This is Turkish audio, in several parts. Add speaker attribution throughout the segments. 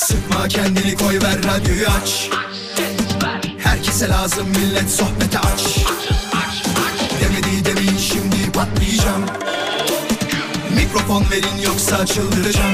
Speaker 1: sıkma kendini, koy ver radyoyu aç. Herkese lazım millet, sohbete aç. Demedi demeyin, şimdi patlayacağım. Mikrofon verin yoksa çıldıracağım.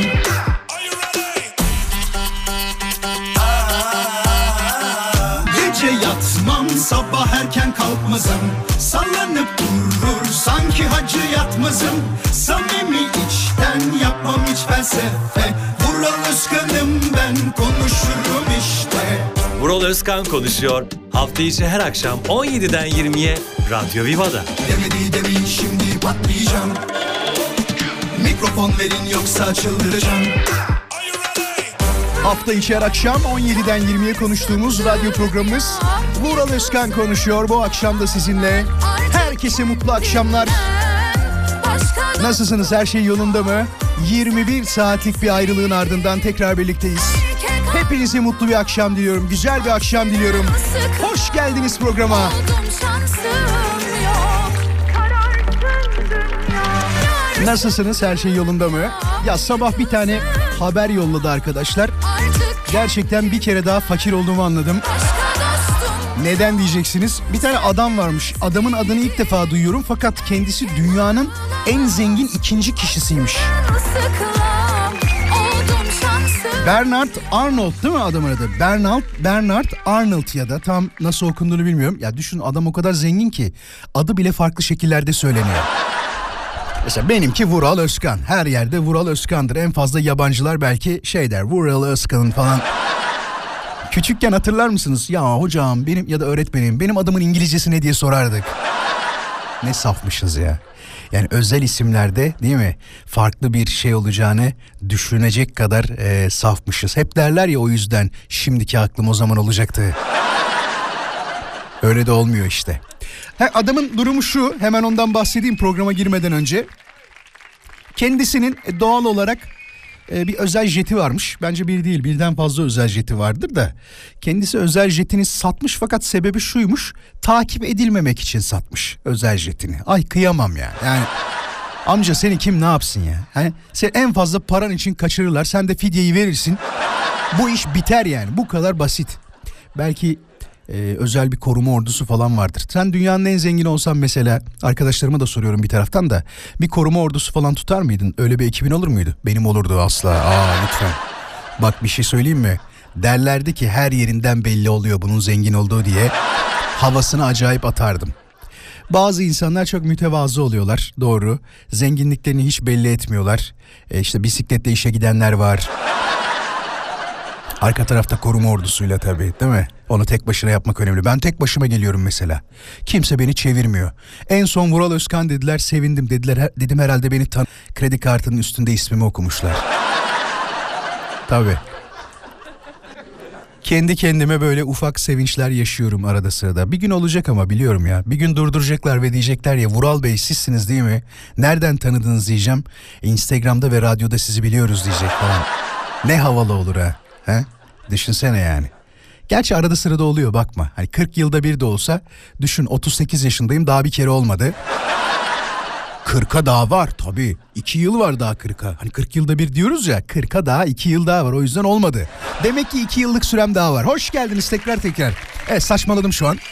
Speaker 1: Gece yatmam, sabah erken kalkmazım. Sallanıp durur sanki hacı yatmazım. Samimi içten yapmam hiç felsefe. Vural Özkan'ım ben, konuşurum işte.
Speaker 2: Vural Özkan konuşuyor. Hafta içi her akşam 17'den 20'ye Radyo Viva'da.
Speaker 1: Demedi demeyin, şimdi patlayacağım. Mikrofon verin yoksa çıldıracağım.
Speaker 3: Hafta içi her akşam 17'den 20'ye konuştuğumuz radyo programımız Vural Özkan konuşuyor. Bu akşam da sizinle. Herkese mutlu akşamlar. Nasılsınız? Her şey yolunda mı? 21 saatlik bir ayrılığın ardından tekrar birlikteyiz. Hepinize mutlu bir akşam diliyorum. Güzel bir akşam diliyorum. Hoş geldiniz programa. Nasılsınız? Her şey yolunda mı? Ya sabah bir tane haber yolladı arkadaşlar. Gerçekten bir kere daha fakir olduğumu anladım. Neden diyeceksiniz? Bir tane adam varmış. Adamın adını ilk defa duyuyorum fakat kendisi dünyanın en zengin ikinci kişisiymiş. Bernard Arnold değil mi adamın adı? Bernard Arnold ya da tam nasıl okunduğunu bilmiyorum. Ya düşün, adam o kadar zengin ki adı bile farklı şekillerde söyleniyor. Mesela benimki Vural Özkan. Her yerde Vural Özkan'dır. En fazla yabancılar belki şey der, Vural Özkan'ın falan. Küçükken hatırlar mısınız? Ya hocam benim ya da öğretmenim benim adımın İngilizcesi ne diye sorardık. Ne safmışız ya. Yani özel isimlerde değil mi? Farklı bir şey olacağını düşünecek kadar safmışız. Hep derler ya, o yüzden şimdiki aklım o zaman olacaktı. Öyle de olmuyor işte. Adamın durumu şu, hemen ondan bahsedeyim programa girmeden önce. Kendisinin doğal olarak bir özel jeti varmış. Bence bir değil, birden fazla özel jeti vardır da. Kendisi özel jetini satmış fakat sebebi şuymuş. Takip edilmemek için satmış özel jetini. Ay kıyamam ya. Yani amca seni kim ne yapsın ya? Hani sen en fazla paran için kaçırırlar. Sen de fidyeyi verirsin. Bu iş biter yani. Bu kadar basit. Belki özel bir koruma ordusu falan vardır. Sen dünyanın en zengin olsan mesela, arkadaşlarıma da soruyorum bir taraftan da, bir koruma ordusu falan tutar mıydın? Öyle bir ekibin olur muydu? Benim olurdu asla. Lütfen. Bak bir şey söyleyeyim mi? Derlerdi ki her yerinden belli oluyor bunun zengin olduğu diye. Havasını acayip atardım. Bazı insanlar çok mütevazı oluyorlar. Doğru. Zenginliklerini hiç belli etmiyorlar. İşte bisikletle işe gidenler var. Arka tarafta koruma ordusuyla tabii, değil mi? Onu tek başına yapmak önemli. Ben tek başıma geliyorum mesela. Kimse beni çevirmiyor. En son Vural Özkan dediler, sevindim dediler. Dedim herhalde beni kredi kartının üstünde ismimi okumuşlar. Tabii. Kendi kendime böyle ufak sevinçler yaşıyorum arada sırada. Bir gün olacak ama biliyorum ya. Bir gün durduracaklar ve diyecekler ya, Vural Bey sizsiniz değil mi? Nereden tanıdınız diyeceğim. Instagram'da ve radyoda sizi biliyoruz diyecek falan. Ne havalı olur ha. He? Düşünsene yani. Gerçi arada sırada oluyor, bakma. Hani 40 yılda bir de olsa düşün, 38 yaşındayım, daha bir kere olmadı. 40'a daha var tabii. 2 yıl var daha 40'a. Hani 40 yılda bir diyoruz ya, 40'a daha 2 yıl daha var, o yüzden olmadı. Demek ki 2 yıllık sürem daha var. Hoş geldiniz tekrar. Evet, saçmaladım şu an.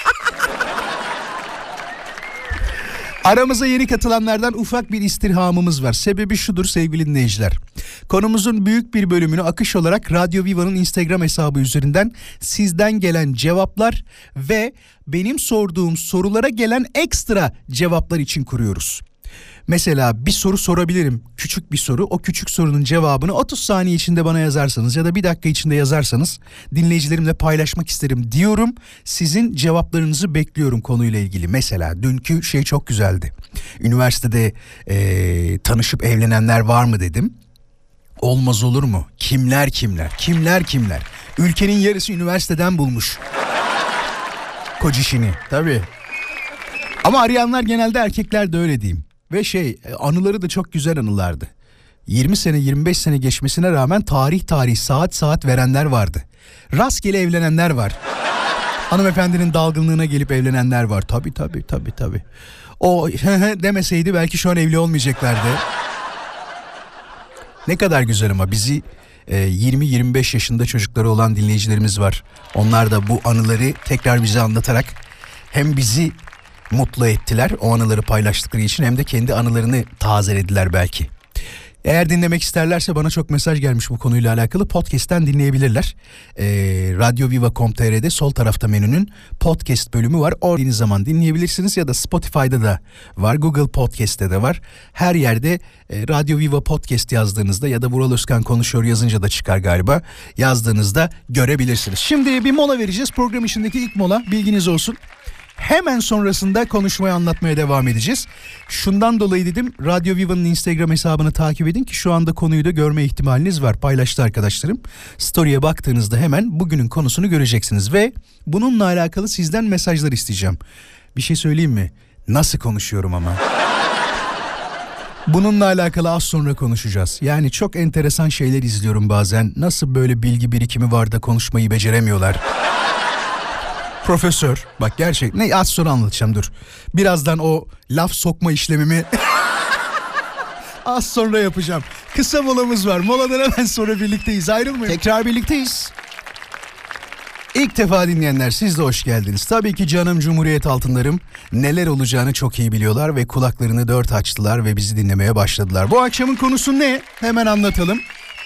Speaker 3: Aramıza yeni katılanlardan ufak bir istirhamımız var. Sebebi şudur sevgili dinleyiciler. Konumuzun büyük bir bölümünü akış olarak Radyo Viva'nın Instagram hesabı üzerinden sizden gelen cevaplar ve benim sorduğum sorulara gelen ekstra cevaplar için kuruyoruz. Mesela bir soru sorabilirim, küçük bir soru. O küçük sorunun cevabını 30 saniye içinde bana yazarsanız ya da 1 dakika içinde yazarsanız dinleyicilerimle paylaşmak isterim diyorum. Sizin cevaplarınızı bekliyorum konuyla ilgili. Mesela dünkü şey çok güzeldi. Üniversitede tanışıp evlenenler var mı dedim. Olmaz olur mu? Kimler? Ülkenin yarısı üniversiteden bulmuş kocişini. Tabii. Ama arayanlar genelde erkekler de öyle diyeyim. Ve anıları da çok güzel anılardı. 20 sene 25 sene geçmesine rağmen tarih saat verenler vardı. Rastgele evlenenler var. Hanımefendinin dalgınlığına gelip evlenenler var. Tabii. O demeseydi belki şu an evli olmayacaklardı. Ne kadar güzel ama bizi 20-25 yaşında çocukları olan dinleyicilerimiz var. Onlar da bu anıları tekrar bize anlatarak hem bizi mutlu ettiler o anıları paylaştıkları için, hem de kendi anılarını tazelediler belki. Eğer dinlemek isterlerse bana çok mesaj gelmiş bu konuyla alakalı. Podcast'ten dinleyebilirler. Radyoviva.com.tr'de sol tarafta menünün podcast bölümü var. Orada zaman dinleyebilirsiniz ya da Spotify'da da var. Google Podcast'te de var. Her yerde Radyo Viva Podcast yazdığınızda ya da Vural Özkan konuşuyor yazınca da çıkar galiba. Yazdığınızda görebilirsiniz. Şimdi bir mola vereceğiz. Program içindeki ilk mola, bilginiz olsun. Hemen sonrasında konuşmaya, anlatmaya devam edeceğiz. Şundan dolayı dedim, Radyo Viva'nın Instagram hesabını takip edin ki şu anda konuyu da görme ihtimaliniz var. Paylaştı arkadaşlarım. Story'e baktığınızda hemen bugünün konusunu göreceksiniz ve bununla alakalı sizden mesajlar isteyeceğim. Bir şey söyleyeyim mi? Nasıl konuşuyorum ama? Bununla alakalı az sonra konuşacağız. Yani çok enteresan şeyler izliyorum bazen. Nasıl böyle bilgi birikimi var da konuşmayı beceremiyorlar? Profesör, bak gerçek, ne az sonra anlatacağım, dur. Birazdan o laf sokma işlemimi az sonra yapacağım. Kısa molamız var. Moladan hemen sonra birlikteyiz. Ayrılmayın. Tekrar birlikteyiz. İlk defa dinleyenler, siz de hoş geldiniz. Tabii ki canım Cumhuriyet altınlarım neler olacağını çok iyi biliyorlar ve kulaklarını dört açtılar ve bizi dinlemeye başladılar. Bu akşamın konusu ne? Hemen anlatalım.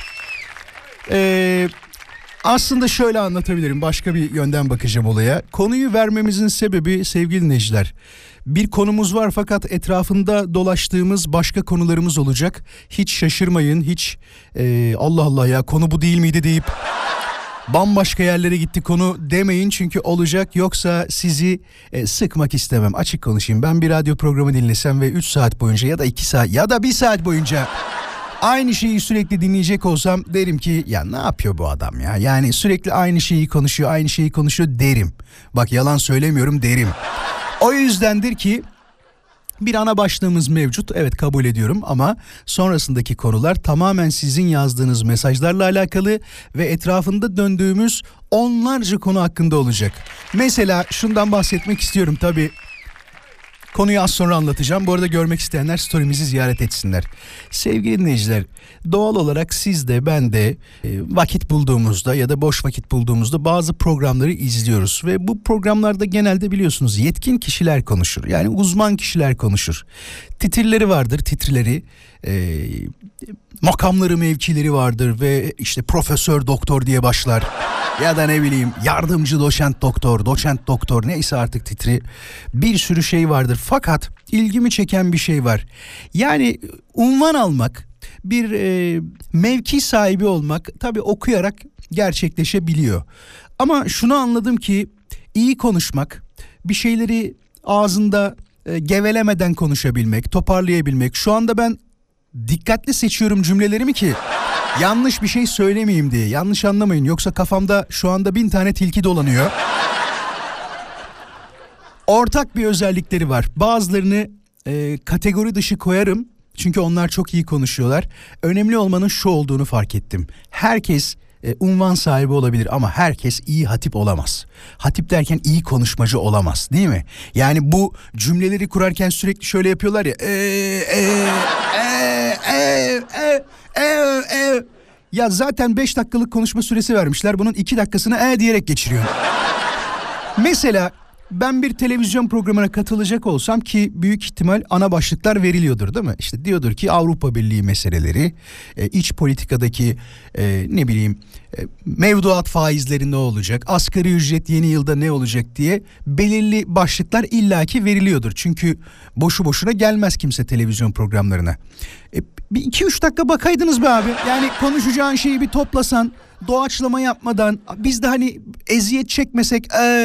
Speaker 3: Aslında şöyle anlatabilirim, başka bir yönden bakacağım olaya. Konuyu vermemizin sebebi sevgili dinleyiciler, bir konumuz var fakat etrafında dolaştığımız başka konularımız olacak. Hiç şaşırmayın, hiç Allah Allah ya konu bu değil miydi deyip bambaşka yerlere gitti konu demeyin, çünkü olacak. Yoksa sizi sıkmak istemem. Açık konuşayım, ben bir radyo programı dinlesem ve 3 saat boyunca ya da 2 saat ya da 1 saat boyunca aynı şeyi sürekli dinleyecek olsam derim ki ya ne yapıyor bu adam ya? Yani sürekli aynı şeyi konuşuyor derim. Bak yalan söylemiyorum, derim. O yüzdendir ki bir ana başlığımız mevcut. Evet, kabul ediyorum ama sonrasındaki konular tamamen sizin yazdığınız mesajlarla alakalı ve etrafında döndüğümüz onlarca konu hakkında olacak. Mesela şundan bahsetmek istiyorum tabii. Konuyu az sonra anlatacağım. Bu arada görmek isteyenler story'mizi ziyaret etsinler. Sevgili dinleyiciler, doğal olarak siz de ben de vakit bulduğumuzda ya da boş vakit bulduğumuzda bazı programları izliyoruz. Ve bu programlarda genelde biliyorsunuz yetkin kişiler konuşur. Yani uzman kişiler konuşur. Titirleri vardır, titrileri. Makamları, mevkileri vardır ve işte profesör doktor diye başlar. Ya da ne bileyim yardımcı doçent doktor neyse artık titri, bir sürü şey vardır. Fakat ilgimi çeken bir şey var. Yani unvan almak, bir mevki sahibi olmak tabii okuyarak gerçekleşebiliyor. Ama şunu anladım ki iyi konuşmak, bir şeyleri ağzında gevelemeden konuşabilmek, toparlayabilmek. Şu anda ben dikkatli seçiyorum cümlelerimi ki yanlış bir şey söylemeyeyim diye. Yanlış anlamayın, yoksa kafamda şu anda 1000 tane tilki dolanıyor. Ortak bir özellikleri var. Bazılarını kategori dışı koyarım. Çünkü onlar çok iyi konuşuyorlar. Önemli olmanın şu olduğunu fark ettim. Herkes unvan sahibi olabilir ama herkes iyi hatip olamaz. Hatip derken iyi konuşmacı olamaz, değil mi? Yani bu cümleleri kurarken sürekli şöyle yapıyorlar ya. Ya zaten 5 dakikalık konuşma süresi vermişler. Bunun 2 dakikasını diyerek geçiriyor. Mesela ben bir televizyon programına katılacak olsam ki büyük ihtimal ana başlıklar veriliyordur, değil mi? İşte diyordur ki Avrupa Birliği meseleleri, iç politikadaki mevduat faizleri ne olacak, asgari ücret yeni yılda ne olacak diye belirli başlıklar illaki veriliyordur. Çünkü boşu boşuna gelmez kimse televizyon programlarına. Bir 2-3 dakika bakaydınız be abi. Yani konuşacağın şeyi bir toplasan, doğaçlama yapmadan, biz de hani eziyet çekmesek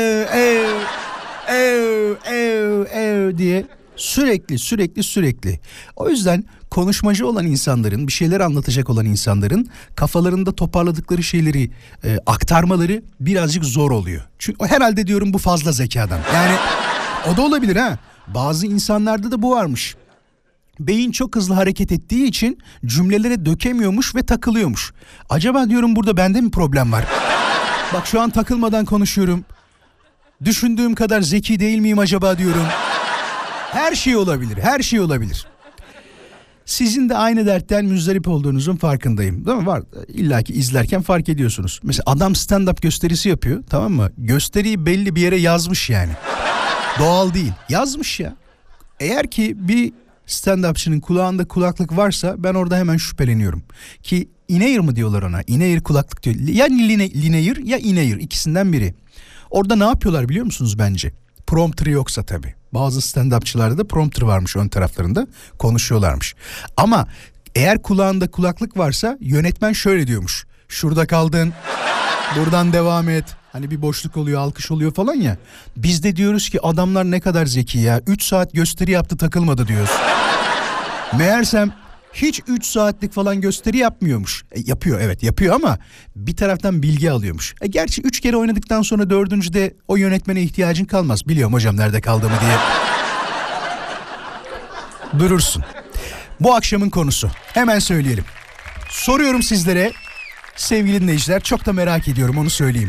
Speaker 3: diye sürekli. O yüzden konuşmacı olan insanların, bir şeyler anlatacak olan insanların kafalarında toparladıkları şeyleri aktarmaları birazcık zor oluyor. Çünkü herhalde diyorum bu fazla zekadan. Yani o da olabilir ha. Bazı insanlarda da bu varmış. Beyin çok hızlı hareket ettiği için cümlelere dökemiyormuş ve takılıyormuş. Acaba diyorum burada bende mi problem var? Bak şu an takılmadan konuşuyorum. Düşündüğüm kadar zeki değil miyim acaba diyorum. Her şey olabilir. Sizin de aynı dertten müzdarip olduğunuzun farkındayım. Değil mi? Var. İlla ki izlerken fark ediyorsunuz. Mesela adam stand-up gösterisi yapıyor, tamam mı? Gösteriyi belli bir yere yazmış yani. Doğal değil. Yazmış ya. Eğer ki bir stand-upçının kulağında kulaklık varsa ben orada hemen şüpheleniyorum. Ki in-ear mı diyorlar ona? In-ear kulaklık diyor. Ya in-ear ya in-ear, ikisinden biri. Orada ne yapıyorlar biliyor musunuz bence? Prompter yoksa tabii. Bazı stand-upçılarda da prompter varmış ön taraflarında, konuşuyorlarmış. Ama eğer kulağında kulaklık varsa yönetmen şöyle diyormuş. Şurada kaldın, buradan devam et. Hani bir boşluk oluyor, alkış oluyor falan ya. Biz de diyoruz ki adamlar ne kadar zeki ya. 3 saat gösteri yaptı, takılmadı diyoruz. Meğersem hiç 3 saatlik falan gösteri yapmıyormuş. Yapıyor, evet yapıyor ama bir taraftan bilgi alıyormuş. Gerçi 3 kere oynadıktan sonra 4.'de o yönetmene ihtiyacın kalmaz. Biliyorum hocam nerede kaldığımı diye. Durursun. Bu akşamın konusu. Hemen söyleyelim. Soruyorum sizlere sevgili dinleyiciler. Çok da merak ediyorum, onu söyleyeyim.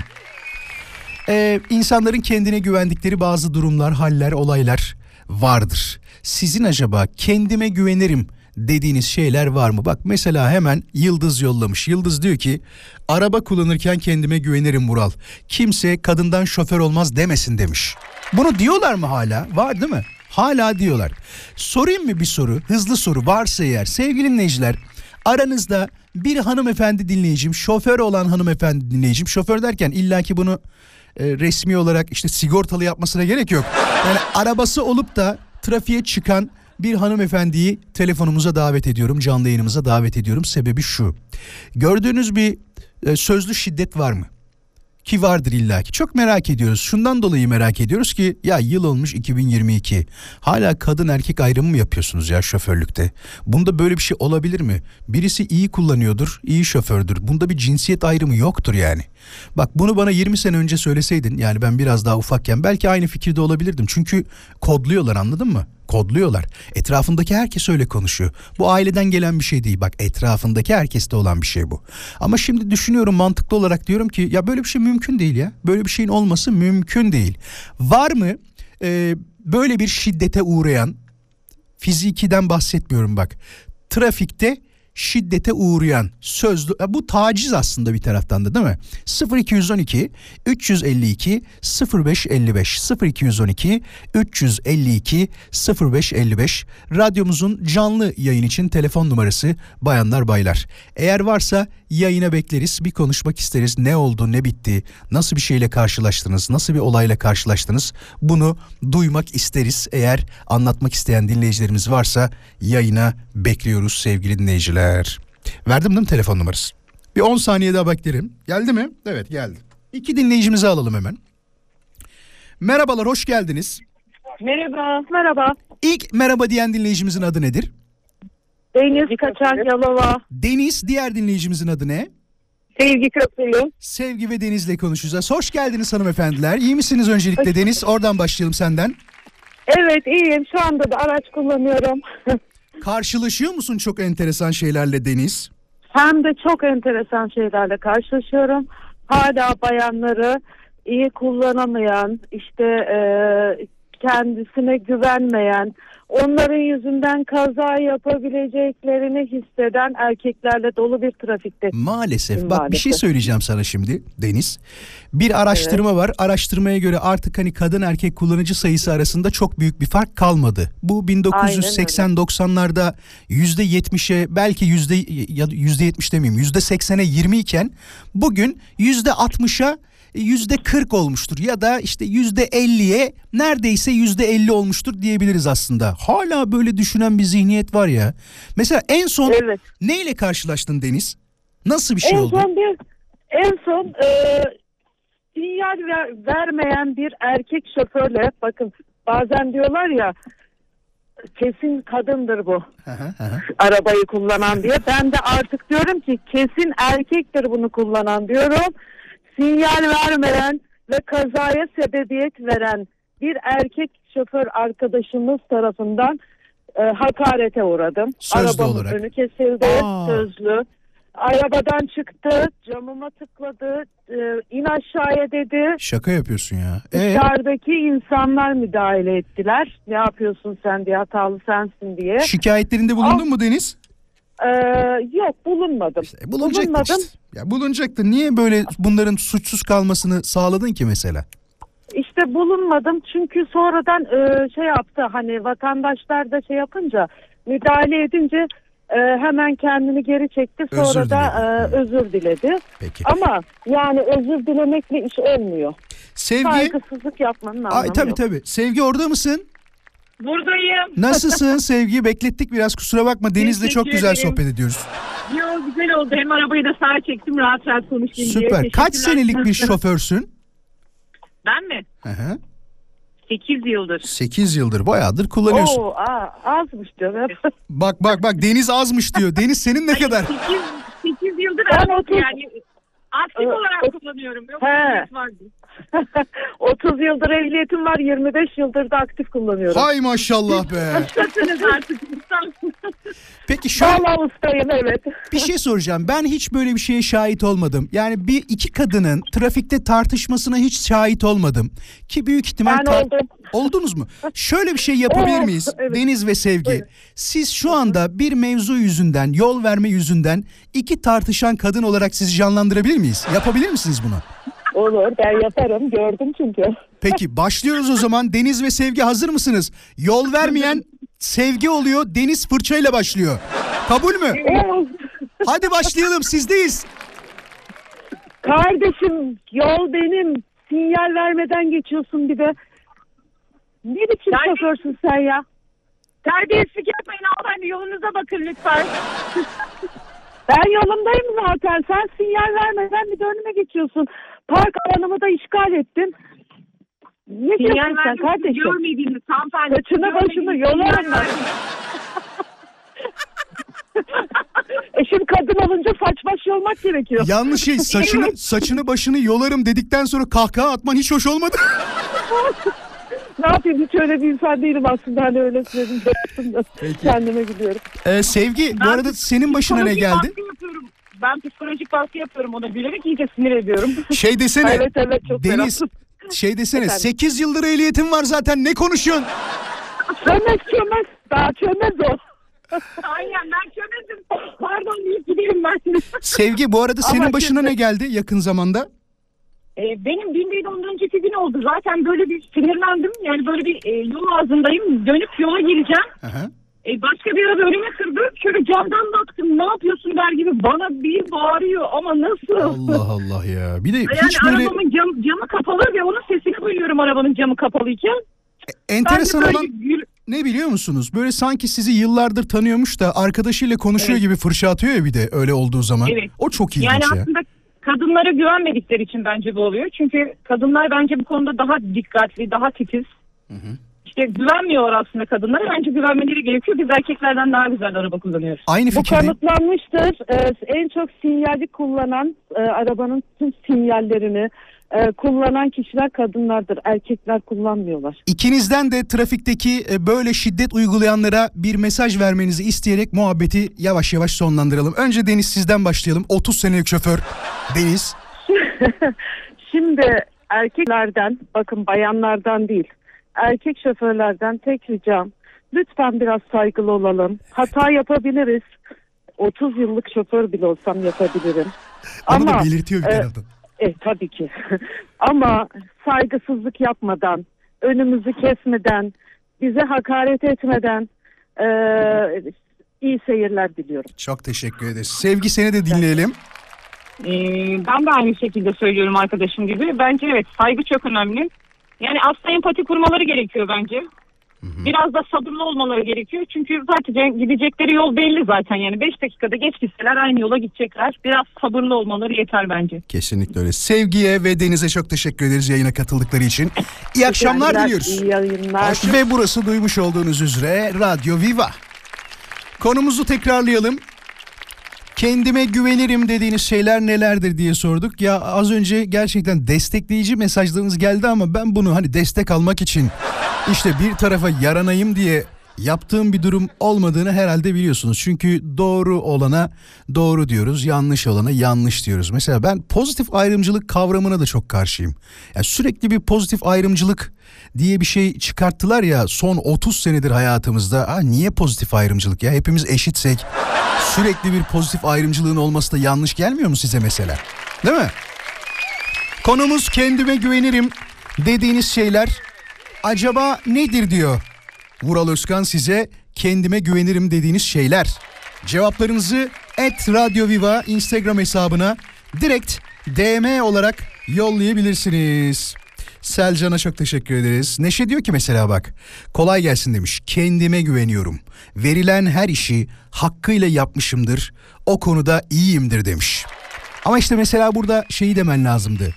Speaker 3: İnsanların kendine güvendikleri bazı durumlar, haller, olaylar vardır. Sizin acaba kendime güvenirim dediğiniz şeyler var mı? Bak mesela hemen Yıldız yollamış. Yıldız diyor ki araba kullanırken kendime güvenirim Vural. Kimse kadından şoför olmaz demesin demiş. Bunu diyorlar mı hala? Var değil mi? Hala diyorlar. Sorayım mı bir soru? Hızlı soru varsa eğer. Sevgili dinleyiciler, aranızda bir hanımefendi dinleyicim, şoför olan hanımefendi dinleyicim. Şoför derken illaki bunu resmi olarak işte sigortalı yapmasına gerek yok. Yani arabası olup da trafiğe çıkan bir hanımefendiyi telefonumuza davet ediyorum, canlı yayınımıza davet ediyorum. Sebebi şu: gördüğünüz bir sözlü şiddet var mı? Ki vardır illaki. Çok merak ediyoruz. Şundan dolayı merak ediyoruz ki ya yıl olmuş 2022. Hala kadın erkek ayrımı mı yapıyorsunuz ya şoförlükte? Bunda böyle bir şey olabilir mi? Birisi iyi kullanıyordur, iyi şofördür. Bunda bir cinsiyet ayrımı yoktur yani. Bak bunu bana 20 sene önce söyleseydin, yani ben biraz daha ufakken, belki aynı fikirde olabilirdim. Çünkü kodluyorlar, anladın mı? Kodluyorlar. Etrafındaki herkes öyle konuşuyor. Bu aileden gelen bir şey değil. Bak etrafındaki herkeste olan bir şey bu. Ama şimdi düşünüyorum mantıklı olarak, diyorum ki ya böyle bir şey mümkün değil ya. Böyle bir şeyin olması mümkün değil. Var mı böyle bir şiddete uğrayan, fizikiden bahsetmiyorum bak, trafikte şiddete uğrayan sözlü, bu taciz aslında bir taraftan da değil mi? 0212 352 0555 0212 352 0555 radyomuzun canlı yayın için telefon numarası bayanlar baylar. Eğer varsa yayına bekleriz, bir konuşmak isteriz. Ne oldu, ne bitti, nasıl bir şeyle karşılaştınız, nasıl bir olayla karşılaştınız, bunu duymak isteriz. Eğer anlatmak isteyen dinleyicilerimiz varsa yayına bekliyoruz sevgili dinleyiciler. Verdim değil mi telefon numarası? Bir 10 saniye daha beklerim. Geldi mi? Evet geldi. 2 dinleyicimizi alalım hemen. Merhabalar, hoş geldiniz.
Speaker 4: Merhaba.
Speaker 3: İlk merhaba diyen dinleyicimizin adı nedir?
Speaker 4: Deniz Kaçak Yalova.
Speaker 3: Deniz, diğer dinleyicimizin adı ne?
Speaker 4: Sevgi Köprülü.
Speaker 3: Sevgi ve Deniz'le konuşacağız. Hoş geldiniz hanımefendiler. İyi misiniz öncelikle Deniz? Oradan başlayalım senden.
Speaker 4: Evet, iyiyim. Şu anda da araç kullanıyorum.
Speaker 3: Karşılaşıyor musun çok enteresan şeylerle Deniz?
Speaker 4: Hem de çok enteresan şeylerle karşılaşıyorum. Hala bayanları iyi kullanamayan, kendisine güvenmeyen, onların yüzünden kaza yapabileceklerini hisseden erkeklerle dolu bir trafikte.
Speaker 3: Maalesef. Bak bir şey söyleyeceğim sana şimdi Deniz. Bir araştırma var. Araştırmaya göre artık hani kadın erkek kullanıcı sayısı arasında çok büyük bir fark kalmadı. Bu 1980-90'larda %70'e, belki %70 demeyeyim, %80'e 20 iken bugün %60'a %40 olmuştur ya da işte %50'ye neredeyse %50 olmuştur diyebiliriz aslında. Hala böyle düşünen bir zihniyet var ya. Mesela en son neyle karşılaştın Deniz? Nasıl bir şey oldu?
Speaker 4: En son sinyal vermeyen bir erkek şoförle, bakın bazen diyorlar ya kesin kadındır bu arabayı kullanan diye. Ben de artık diyorum ki kesin erkektir bunu kullanan diyorum. Sinyal vermeyen ve kazaya sebebiyet veren bir erkek şoför arkadaşımız tarafından hakarete uğradım.
Speaker 3: Sözlü
Speaker 4: Arabamın
Speaker 3: olarak.
Speaker 4: önü kesildi, sözlü. Arabadan çıktı, camıma tıkladı, in aşağıya dedi.
Speaker 3: Şaka yapıyorsun ya.
Speaker 4: Dışarıdaki insanlar müdahale ettiler. Ne yapıyorsun sen diye, hatalı sensin diye.
Speaker 3: Şikayetlerinde bulundun mu Deniz?
Speaker 4: Yok, bulunmadım.
Speaker 3: Bulunacaktı işte. Ya bulunacaktı. Niye böyle bunların suçsuz kalmasını sağladın ki mesela?
Speaker 4: İşte bulunmadım çünkü sonradan şey yaptı, hani vatandaşlar da şey yapınca, müdahale edince hemen kendini geri çekti, sonra
Speaker 3: Özür
Speaker 4: da
Speaker 3: diledi.
Speaker 4: özür diledi.
Speaker 3: Peki.
Speaker 4: Ama yani özür dilemekle iş olmuyor.
Speaker 3: Sevgi.
Speaker 4: Saygısızlık yapmanın anlamı yok.
Speaker 3: Tabii. Sevgi orada mısın?
Speaker 5: Buradayım.
Speaker 3: Nasılsın Sevgi? Beklettik biraz, kusura bakma. Deniz'le çok güzel
Speaker 5: ederim.
Speaker 3: sohbet ediyoruz.
Speaker 5: Yo, güzel oldu. Hem arabayı da sağa çektim, rahat rahat konuşayım diye.
Speaker 3: Süper. Kaç
Speaker 5: Teşekkürler.
Speaker 3: senelik bir şoförsün?
Speaker 5: Ben mi?
Speaker 3: Hı.
Speaker 5: 8 yıldır.
Speaker 3: 8 yıldır, bayağıdır kullanıyorsun.
Speaker 4: Azmış canım.
Speaker 3: Bak Deniz azmış diyor. Deniz senin ne kadar?
Speaker 5: 8 yıldır
Speaker 4: Ben
Speaker 5: arabayı
Speaker 4: 30
Speaker 5: yani aktif olarak kullanıyorum. Yok,
Speaker 4: He.
Speaker 5: vardı.
Speaker 4: 30 yıldır ehliyetim var, 25 yıldır da aktif kullanıyorum.
Speaker 3: Hay maşallah be.
Speaker 5: Ustasınız artık.
Speaker 3: Peki şöyle
Speaker 4: Vallahi ustayım, evet.
Speaker 3: bir şey soracağım. Ben hiç böyle bir şeye şahit olmadım. Yani iki kadının trafikte tartışmasına hiç şahit olmadım. Ki büyük ihtimal
Speaker 4: Ben oldum.
Speaker 3: Oldunuz mu? Şöyle bir şey yapabilir
Speaker 4: Evet,
Speaker 3: miyiz?
Speaker 4: evet.
Speaker 3: Deniz ve Sevgi.
Speaker 4: Evet.
Speaker 3: Siz şu anda bir mevzu yüzünden, yol verme yüzünden iki tartışan kadın olarak sizi canlandırabilir miyiz? Yapabilir misiniz bunu?
Speaker 4: Olur, ben yaparım, gördüm çünkü.
Speaker 3: Peki başlıyoruz o zaman. Deniz ve Sevgi hazır mısınız? Yol vermeyen Sevgi oluyor, Deniz fırçayla başlıyor. Kabul mü? Hadi başlayalım, sizdeyiz.
Speaker 4: Kardeşim, yol benim. Sinyal vermeden geçiyorsun bir de. Ne biçim şoförsün sen ya?
Speaker 5: Terbiyesizlik yapmayın hanımefendi, yolunuza bakın lütfen.
Speaker 4: Ben yolumdayım zaten. Sen sinyal vermeden bir de önüme geçiyorsun. Park alanımı da işgal ettin. Ne
Speaker 5: Sinyal
Speaker 4: diyorsun sen
Speaker 5: verdiğinizi
Speaker 4: kardeşim?
Speaker 5: görmediğiniz hanımefendi.
Speaker 4: Saçını başını yolarım ben. Şimdi kadın olunca saç baş yolmak gerekiyor.
Speaker 3: Yanlış şey, saçını başını yolarım dedikten sonra kahkaha atman hiç hoş olmadı.
Speaker 4: Ne yapayım, hiç öyle bir insan değilim aslında, hani öyle söyledim. Kendime gülüyorum.
Speaker 3: Sevgi, bu arada senin başına ne geldi?
Speaker 5: Ben psikolojik baskı yapıyorum ona, bilerek iyice sinir ediyorum.
Speaker 3: Şey desene.
Speaker 4: Evet çok
Speaker 3: Deniz,
Speaker 4: fena.
Speaker 3: şey desene.
Speaker 4: Efendim?
Speaker 3: 8 yıldır ehliyetin var zaten, ne konuşuyorsun?
Speaker 4: Çömez. Daha çömez o.
Speaker 5: Aynen, ben çömezim. Pardon deyip giderim ben.
Speaker 3: Sevgi, bu arada senin
Speaker 4: Ama
Speaker 3: başına
Speaker 4: şimdi-
Speaker 3: ne geldi yakın zamanda?
Speaker 5: Benim bin değil, ondan önceki gün oldu. Zaten böyle bir sinirlendim. Yani böyle bir yol ağzındayım. Dönüp yola gireceğim.
Speaker 3: Aha.
Speaker 5: Başka bir araba önüme kırdı. Şöyle camdan baktım. Ne yapıyorsun der gibi bana bir bağırıyor. Ama nasıl?
Speaker 3: Allah Allah ya. Bir de
Speaker 5: Yani
Speaker 3: hiç böyle
Speaker 5: arabamın camı kapalı ve onun sesini duyuyorum arabanın camı kapalıyken.
Speaker 3: enteresan
Speaker 5: Ben de
Speaker 3: olan
Speaker 5: böyle
Speaker 3: ne biliyor musunuz? Böyle sanki sizi yıllardır tanıyormuş da arkadaşıyla konuşuyor gibi fırça atıyor ya bir de öyle olduğu zaman.
Speaker 5: Evet.
Speaker 3: O çok ilginç
Speaker 5: Yani
Speaker 3: ya.
Speaker 5: aslında kadınlara güvenmedikleri için bence bu oluyor. Çünkü kadınlar bence bu konuda daha dikkatli, daha titiz. İşte güvenmiyorlar aslında kadınlara. Bence güvenmeleri gerekiyor. Biz erkeklerden daha güzel araba kullanıyoruz.
Speaker 3: Aynı
Speaker 4: Bu
Speaker 3: fikirdeyim.
Speaker 4: kanıtlanmıştır. En çok sinyali kullanan, arabanın tüm sinyallerini kullanan kişiler kadınlardır. Erkekler kullanmıyorlar.
Speaker 3: İkinizden de trafikteki böyle şiddet uygulayanlara bir mesaj vermenizi isteyerek muhabbeti yavaş yavaş sonlandıralım. Önce Deniz, sizden başlayalım. 30 senelik şoför Deniz.
Speaker 4: Şimdi erkeklerden, bakın bayanlardan değil, erkek şoförlerden tek ricam, lütfen biraz saygılı olalım. Hata yapabiliriz. 30 yıllık şoför bile olsam yapabilirim.
Speaker 3: Onu da belirtiyor bir taraftan.
Speaker 4: Tabii ki. Ama saygısızlık yapmadan, önümüzü kesmeden, bize hakaret etmeden iyi seyirler diliyorum.
Speaker 3: Çok teşekkür ederiz. Sevgi, seni de dinleyelim.
Speaker 5: Ben de aynı şekilde söylüyorum arkadaşım gibi. Bence evet, saygı çok önemli. Yani aslında empati kurmaları gerekiyor bence. Biraz da sabırlı olmaları gerekiyor. Çünkü zaten gidecekleri yol belli zaten. Yani 5 dakikada geç gitseler aynı yola gidecekler. Biraz sabırlı olmaları yeter bence.
Speaker 3: Kesinlikle öyle. Sevgi'ye ve Deniz'e çok teşekkür ederiz yayına katıldıkları için. İyi akşamlar
Speaker 4: Teşekkürler,
Speaker 3: diliyoruz.
Speaker 4: İyi yayınlar.
Speaker 3: Ve burası duymuş olduğunuz üzere Radyo Viva. Konumuzu tekrarlayalım. Kendime güvenirim dediğiniz şeyler nelerdir diye sorduk. Ya az önce gerçekten destekleyici mesajlarınız geldi ama ben bunu hani destek almak için işte bir tarafa yaranayım diye yaptığım bir durum olmadığını herhalde biliyorsunuz. Çünkü doğru olana doğru diyoruz, yanlış olana yanlış diyoruz. Mesela ben pozitif ayrımcılık kavramına da çok karşıyım. Yani sürekli bir pozitif ayrımcılık diye bir şey çıkarttılar ya son 30 senedir hayatımızda. Niye pozitif ayrımcılık ya? Hepimiz eşitsek sürekli bir pozitif ayrımcılığın olması da yanlış gelmiyor mu size mesela? Değil mi? Konumuz kendime güvenirim dediğiniz şeyler acaba nedir diyor Vural Özkan size. Kendime güvenirim dediğiniz şeyler. Cevaplarınızı @radyoviva Instagram hesabına direkt DM olarak yollayabilirsiniz. Selcan'a çok teşekkür ederiz. Neşe diyor ki mesela bak, kolay gelsin demiş. Kendime güveniyorum. Verilen her işi hakkıyla yapmışımdır. O konuda iyiyimdir demiş. Ama işte mesela burada şeyi demen lazımdı.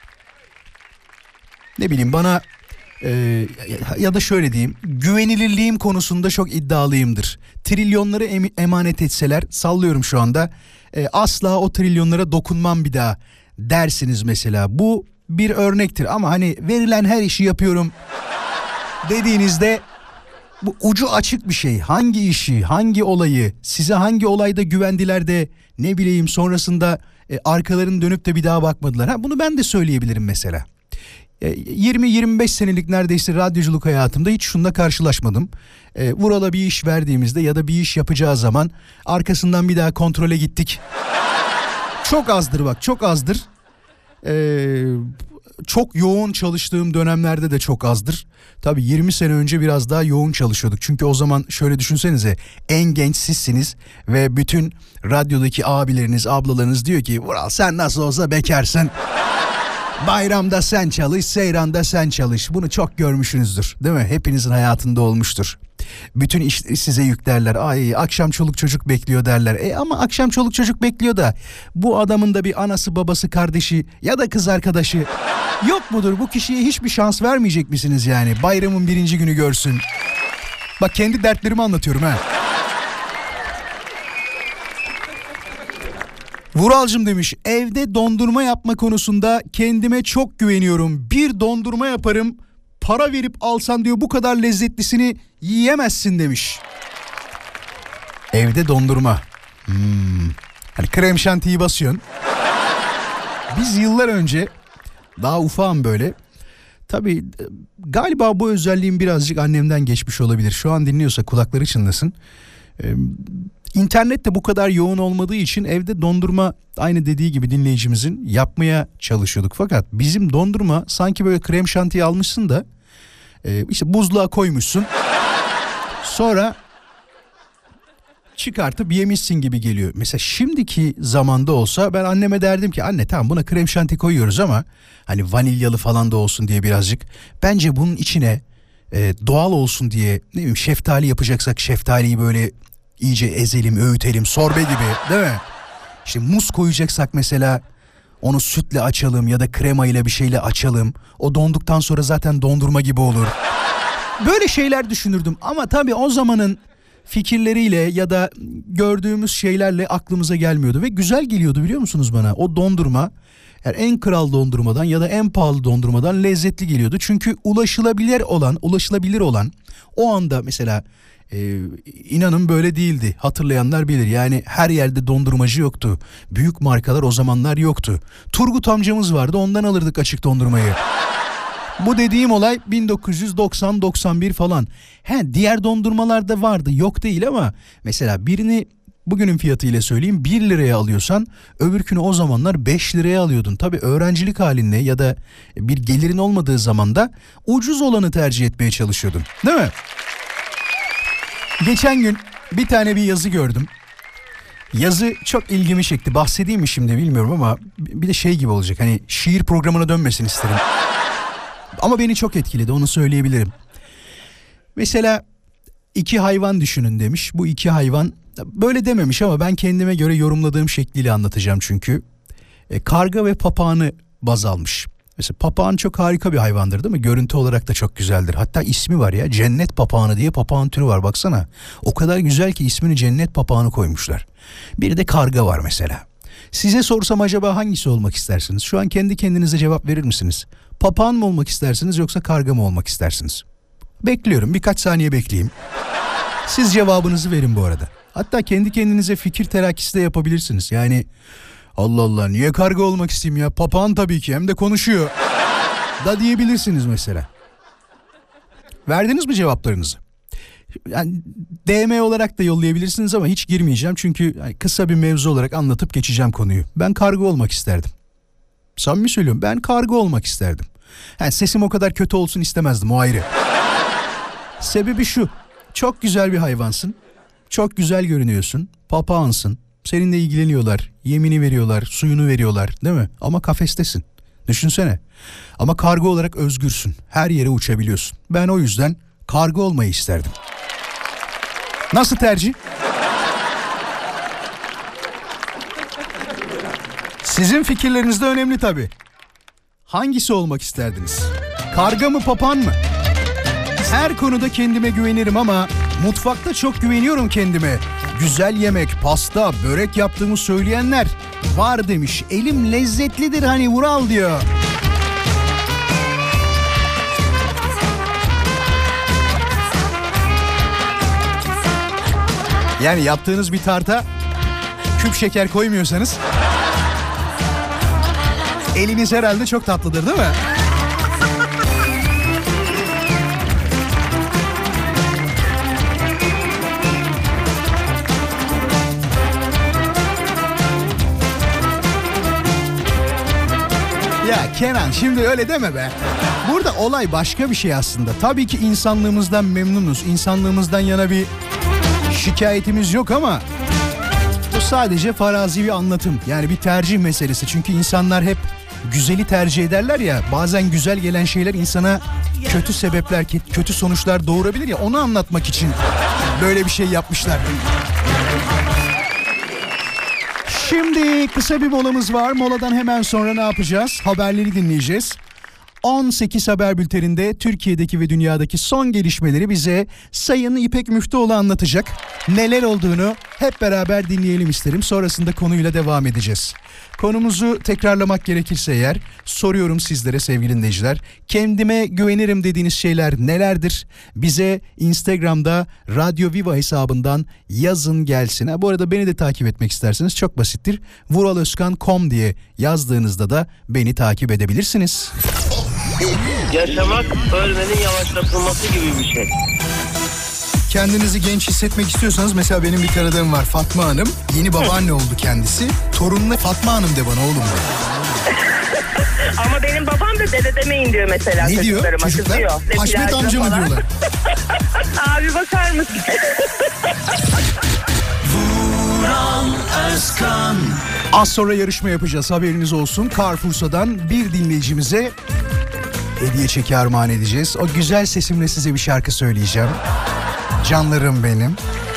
Speaker 3: Ne bileyim bana ya da şöyle diyeyim, güvenilirliğim konusunda çok iddialıyımdır. Trilyonları emanet etseler, sallıyorum şu anda, asla o trilyonlara dokunmam bir daha dersiniz mesela. Bu bir örnektir ama hani verilen her işi yapıyorum dediğinizde bu ucu açık bir şey. Hangi işi, hangi olayı, size hangi olayda güvendiler de ne bileyim sonrasında arkalarını dönüp de bir daha bakmadılar. Bunu ben de söyleyebilirim mesela. 20-25 senelik neredeyse radyoculuk hayatımda hiç şununla karşılaşmadım. Vural'a bir iş verdiğimizde ya da bir iş yapacağı zaman arkasından bir daha kontrole gittik. Çok azdır bak, çok azdır. Çok yoğun çalıştığım dönemlerde de çok azdır. Tabii 20 sene önce biraz daha yoğun çalışıyorduk. Çünkü o zaman şöyle düşünsenize, en genç sizsiniz ve bütün radyodaki abileriniz, ablalarınız diyor ki Vural sen nasıl olsa bekarsın. Bayramda sen çalış, seyranda sen çalış. Bunu çok görmüşsünüzdür, değil mi? Hepinizin hayatında olmuştur. Bütün iş size yüklerler. Ay akşam çoluk çocuk bekliyor derler. Ama akşam çoluk çocuk bekliyor da bu adamın da bir anası babası kardeşi ya da kız arkadaşı yok mudur? Bu kişiye hiçbir şans vermeyecek misiniz yani? Bayramın birinci günü görsün. Bak kendi dertlerimi anlatıyorum ha. Vuralcım demiş, evde dondurma yapma konusunda kendime çok güveniyorum. Bir dondurma yaparım, para verip alsan diyor bu kadar lezzetlisini yiyemezsin demiş. Evde dondurma. Hani krem şantiyi basıyorsun. Biz yıllar önce, daha ufağım böyle. Tabii galiba bu özelliğim birazcık annemden geçmiş olabilir. Şu an dinliyorsa kulakları çınlasın. İnternette bu kadar yoğun olmadığı için evde dondurma, aynı dediği gibi dinleyicimizin, yapmaya çalışıyorduk. Fakat bizim dondurma sanki böyle krem şantiyi almışsın da işte buzluğa koymuşsun. Sonra çıkartıp yemişsin gibi geliyor. Mesela şimdiki zamanda olsa ben anneme derdim ki anne tamam buna krem şanti koyuyoruz ama hani vanilyalı falan da olsun diye birazcık. Bence bunun içine doğal olsun diye ne bileyim şeftali yapacaksak şeftaliyi böyle iyice ezelim, öğütelim, sorbe gibi, değil mi? İşte muz koyacaksak mesela onu sütle açalım ya da krema ile bir şeyle açalım. O donduktan sonra zaten dondurma gibi olur. Böyle şeyler düşünürdüm ama tabii o zamanın fikirleriyle ya da gördüğümüz şeylerle aklımıza gelmiyordu ve güzel geliyordu biliyor musunuz bana? O dondurma yani en kral dondurmadan ya da en pahalı dondurmadan lezzetli geliyordu. Çünkü ulaşılabilir olan o anda mesela inanın böyle değildi. Hatırlayanlar bilir. Yani her yerde dondurmacı yoktu. Büyük markalar o zamanlar yoktu. Turgut amcamız vardı, ondan alırdık açık dondurmayı. Bu dediğim olay 1990-91 falan. Diğer dondurmalarda vardı, yok değil ama mesela birini bugünün fiyatıyla söyleyeyim 1 liraya alıyorsan öbürkünü o zamanlar 5 liraya alıyordun. Tabii öğrencilik halinde ya da bir gelirin olmadığı zaman da ucuz olanı tercih etmeye çalışıyordun, değil mi? Geçen gün bir tane bir yazı gördüm. Yazı çok ilgimi çekti. Bahsedeyim mi şimdi bilmiyorum ama bir de şey gibi olacak. Hani şiir programına dönmesin isterim. Ama beni çok etkiledi, onu söyleyebilirim. Mesela 2 hayvan düşünün demiş. Bu 2 hayvan böyle dememiş ama ben kendime göre yorumladığım şekliyle anlatacağım çünkü. Karga ve papağanı baz almış. Mesela papağan çok harika bir hayvandır değil mi? Görüntü olarak da çok güzeldir. Hatta ismi var ya, cennet papağanı diye papağan türü var baksana. O kadar güzel ki ismini cennet papağanı koymuşlar. Bir de karga var mesela. Size sorsam acaba hangisi olmak istersiniz? Şu an kendi kendinize cevap verir misiniz? Papağan mı olmak istersiniz yoksa karga mı olmak istersiniz? Bekliyorum, birkaç saniye bekleyeyim. Siz cevabınızı verin bu arada. Hatta kendi kendinize fikir terakkisi de yapabilirsiniz. Yani Allah Allah niye karga olmak isteyeyim ya? Papağan tabii ki, hem de konuşuyor da diyebilirsiniz mesela. Verdiniz mi cevaplarınızı? Yani DM olarak da yollayabilirsiniz ama hiç girmeyeceğim. Çünkü yani kısa bir mevzu olarak anlatıp geçeceğim konuyu. Ben karga olmak isterdim. Samimi söylüyorum, ben karga olmak isterdim. Yani sesim o kadar kötü olsun istemezdim, o ayrı. Sebebi şu: çok güzel bir hayvansın. Çok güzel görünüyorsun. Papağansın. Seninle ilgileniyorlar. Yemini veriyorlar. Suyunu veriyorlar. Değil mi? Ama kafestesin. Düşünsene. Ama karga olarak özgürsün. Her yere uçabiliyorsun. Ben o yüzden karga olmayı isterdim. Nasıl tercih? Sizin fikirleriniz de önemli tabii. Hangisi olmak isterdiniz? Karga mı, papağan mı? Her konuda kendime güvenirim ama mutfakta çok güveniyorum kendime. Güzel yemek, pasta, börek yaptığımı söyleyenler var demiş. Elim lezzetlidir hani Vural diyor. Yani yaptığınız bir tarta küp şeker koymuyorsanız eliniz herhalde çok tatlıdır, değil mi? Ya Kenan şimdi öyle deme be. Burada olay başka bir şey aslında. Tabii ki insanlığımızdan memnunuz. İnsanlığımızdan yana bir şikayetimiz yok ama bu sadece farazi bir anlatım. Yani bir tercih meselesi. Çünkü insanlar hep güzeli tercih ederler ya. Bazen güzel gelen şeyler insana kötü sebepler, kötü sonuçlar doğurabilir ya. Onu anlatmak için böyle bir şey yapmışlar. Şimdi kısa bir molamız var. Moladan hemen sonra ne yapacağız? Haberleri dinleyeceğiz. 18 haber bülteninde Türkiye'deki ve dünyadaki son gelişmeleri bize Sayın İpek Müftüoğlu anlatacak. Neler olduğunu hep beraber dinleyelim isterim. Sonrasında konuyla devam edeceğiz. Konumuzu tekrarlamak gerekirse eğer, soruyorum sizlere sevgili dinleyiciler. Kendime güvenirim dediğiniz şeyler nelerdir? Bize Instagram'da Radyo Viva hesabından yazın gelsin. Bu arada beni de takip etmek isterseniz çok basittir. vuraloskan.com diye yazdığınızda da beni takip edebilirsiniz.
Speaker 6: Yaşamak ölmenin yavaşlatılması gibi bir şey.
Speaker 3: Kendinizi genç hissetmek istiyorsanız mesela benim bir tanıdığım var, Fatma Hanım. Yeni babaanne oldu kendisi. Torununa Fatma Hanım de bana oğlum.
Speaker 6: Ama benim babam da dede demeyin diyor mesela.
Speaker 3: Ne diyor çocuklar? Haşmet amca mı diyorlar?
Speaker 6: Abi bakar mısın?
Speaker 1: Vural Özkan.
Speaker 3: Az sonra yarışma yapacağız, haberiniz olsun. Carrefour'dan bir dinleyicimize hediye çeki armağan edeceğiz. O güzel sesimle size bir şarkı söyleyeceğim. Canlarım benim.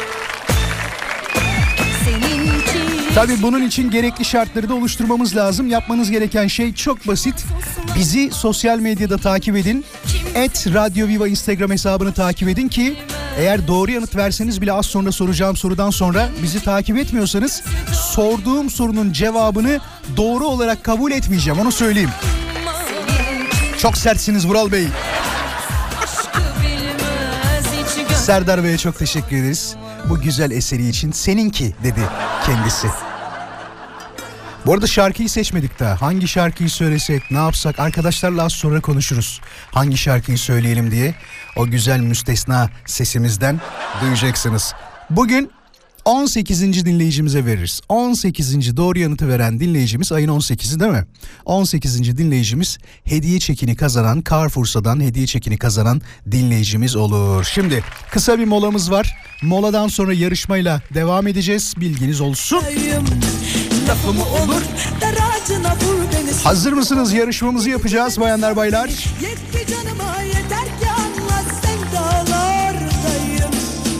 Speaker 3: Tabii bunun için gerekli şartları da oluşturmamız lazım. Yapmanız gereken şey çok basit. Bizi sosyal medyada takip edin. @Radyo Viva Instagram hesabını takip edin ki eğer doğru yanıt verseniz bile az sonra soracağım sorudan sonra bizi takip etmiyorsanız sorduğum sorunun cevabını doğru olarak kabul etmeyeceğim, onu söyleyeyim. Çok sertsiniz Vural Bey. Serdar Bey'e çok teşekkür ederiz. Bu güzel eseri için seninki dedi kendisi. Bu arada şarkıyı seçmedik daha. Hangi şarkıyı söylesek, ne yapsak, arkadaşlarla az sonra konuşuruz. Hangi şarkıyı söyleyelim diye o güzel müstesna sesimizden duyacaksınız. Bugün 18. dinleyicimize veririz. 18. doğru yanıtı veren dinleyicimiz, ayın 18'i değil mi? 18. dinleyicimiz hediye çekini kazanan, Carrefour'dan hediye çekini kazanan dinleyicimiz olur. Şimdi kısa bir molamız var. Moladan sonra yarışmayla devam edeceğiz. Bilginiz olsun. Lafımı olur. Hazır mısınız? Yarışmamızı yapacağız bayanlar baylar.
Speaker 7: Yetti canıma yeter ki anla sevdalardayım.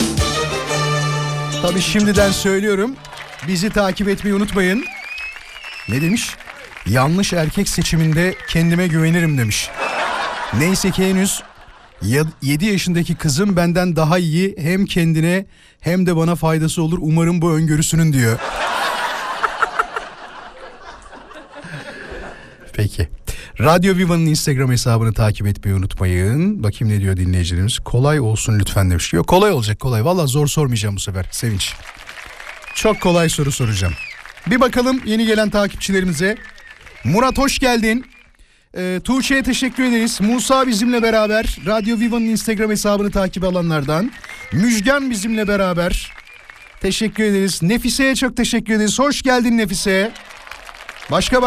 Speaker 3: Tabii şimdiden söylüyorum. Bizi takip etmeyi unutmayın. Ne demiş? Yanlış erkek seçiminde kendime güvenirim demiş. Neyse ki henüz 7 yaşındaki kızım benden daha iyi, hem kendine hem de bana faydası olur. Umarım bu öngörüsünün diyor. Peki. Radyo Viva'nın Instagram hesabını takip etmeyi unutmayın. Bakayım ne diyor dinleyicilerimiz. Kolay olsun lütfen demiş. Yok, kolay olacak, kolay. Vallahi zor sormayacağım bu sefer Sevinç. Çok kolay soru soracağım. Bir bakalım yeni gelen takipçilerimize. Murat hoş geldin. Tuğçe'ye teşekkür ederiz. Musa bizimle beraber. Radyo Viva'nın Instagram hesabını takip alanlardan. Müjgan bizimle beraber. Teşekkür ederiz. Nefise'ye çok teşekkür ederiz. Hoş geldin Nefise. Başka.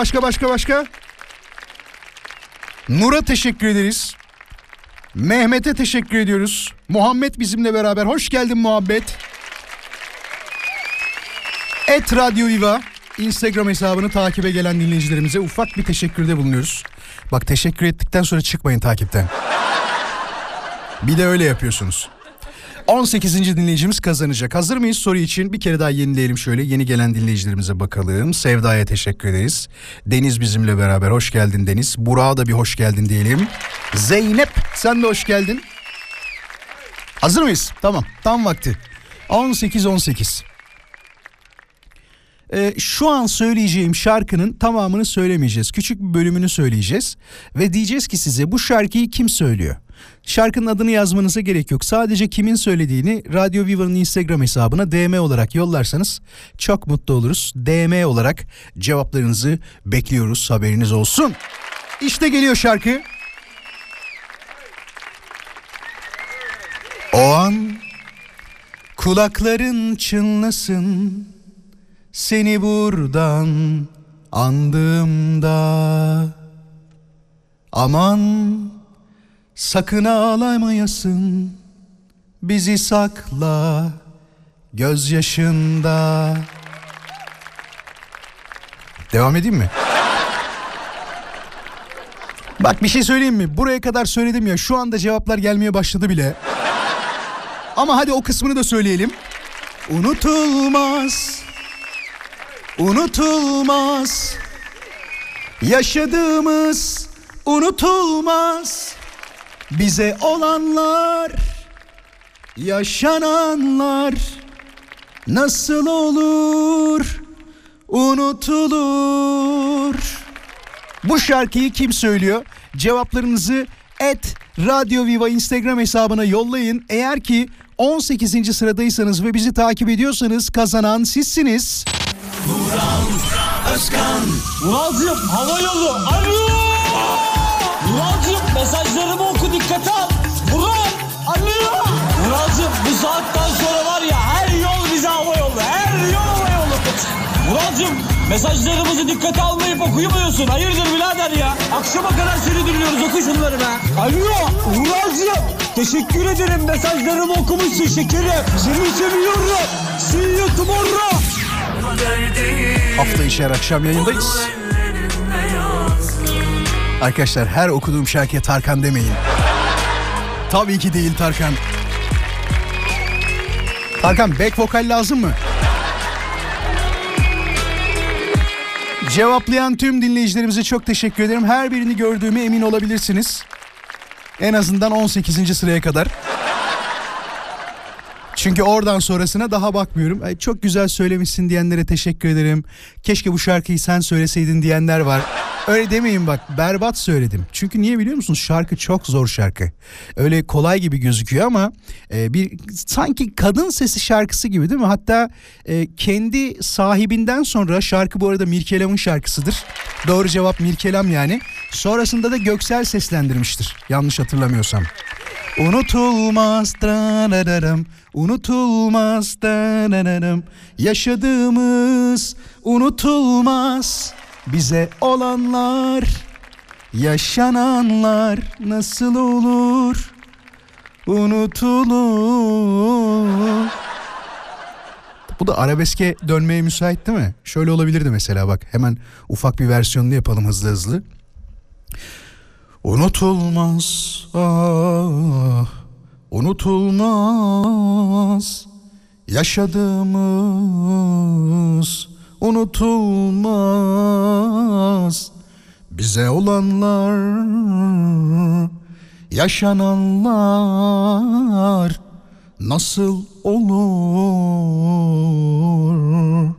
Speaker 3: Nur'a teşekkür ederiz. Mehmet'e teşekkür ediyoruz. Muhammed bizimle beraber. Hoş geldin Muhammed. @Radyo Viva Instagram hesabını takibe gelen dinleyicilerimize ufak bir teşekkürde bulunuyoruz. Bak, teşekkür ettikten sonra çıkmayın takipten. Bir de öyle yapıyorsunuz. 18. dinleyicimiz kazanacak. Hazır mıyız soru için? Bir kere daha yenileyelim şöyle. Yeni gelen dinleyicilerimize bakalım. Sevda'ya teşekkür ederiz. Deniz bizimle beraber. Hoş geldin Deniz. Burak'a da bir hoş geldin diyelim. Zeynep sen de hoş geldin. Hazır mıyız? Tamam. Tam vakti. 18. Şu an söyleyeceğim şarkının tamamını söylemeyeceğiz. Küçük bir bölümünü söyleyeceğiz. Ve diyeceğiz ki size bu şarkıyı kim söylüyor? Şarkının adını yazmanıza gerek yok. Sadece kimin söylediğini Radyo Viva'nın Instagram hesabına DM olarak yollarsanız çok mutlu oluruz. DM olarak cevaplarınızı bekliyoruz, haberiniz olsun. İşte geliyor şarkı. O an kulakların çınlasın, seni buradan andığımda. Aman sakın ağlamayasın, bizi sakla gözyaşında. Devam edeyim mi? Bak, bir şey söyleyeyim mi? Buraya kadar söyledim ya, şu anda cevaplar gelmeye başladı bile. Ama hadi o kısmını da söyleyelim. Unutulmaz, unutulmaz, yaşadığımız unutulmaz, bize olanlar, yaşananlar nasıl olur unutulur. Bu şarkıyı kim söylüyor? Cevaplarınızı @Radyo Viva Instagram hesabına yollayın. Eğer ki 18. sıradaysanız ve bizi takip ediyorsanız kazanan sizsiniz.
Speaker 8: Murat'cığım hava yolu. Alo! Murat'cığım mesajlarımı oku, dikkate al. Murat! Alo! Murat'cığım bu saatten sonra var ya, her yol bize hava yolu. Her yol hava yolu. Murat'cığım mesajlarımızı dikkate almayıp okuyamıyorsun. Hayırdır birader ya? Akşama kadar seni dinliyoruz, oku şunları be. Alo Murat'cığım, teşekkür ederim, mesajlarımı okumuşsun şekerim. Seni seviyorum. See you tomorrow.
Speaker 3: Hafta içi her akşam yayındayız. Arkadaşlar, her okuduğum şarkıya Tarkan demeyin. Tabii ki değil Tarkan. Tarkan, back vokal lazım mı? Cevaplayan tüm dinleyicilerimize çok teşekkür ederim. Her birini gördüğüme emin olabilirsiniz. En azından 18. sıraya kadar. Çünkü oradan sonrasına daha bakmıyorum. Ay, çok güzel söylemişsin diyenlere teşekkür ederim. Keşke bu şarkıyı sen söyleseydin diyenler var. Öyle demeyin bak, berbat söyledim. Çünkü niye biliyor musunuz? Şarkı çok zor şarkı. Öyle kolay gibi gözüküyor ama bir sanki kadın sesi şarkısı gibi, değil mi? Hatta kendi sahibinden sonra, şarkı bu arada Mirkelam'ın şarkısıdır. Doğru cevap Mirkelam yani. Sonrasında da Göksel seslendirmiştir. Yanlış hatırlamıyorsam. Unutulmaz dananam, unutulmaz dananam, yaşadığımız unutulmaz, bize olanlar, yaşananlar nasıl olur unutulur. Bu da arabeske dönmeye müsait değil mi? Şöyle olabilirdi mesela, bak hemen ufak bir versiyonunu yapalım hızlı hızlı. Unutulmaz, ah, unutulmaz, yaşadığımız unutulmaz, bize olanlar, yaşananlar nasıl olur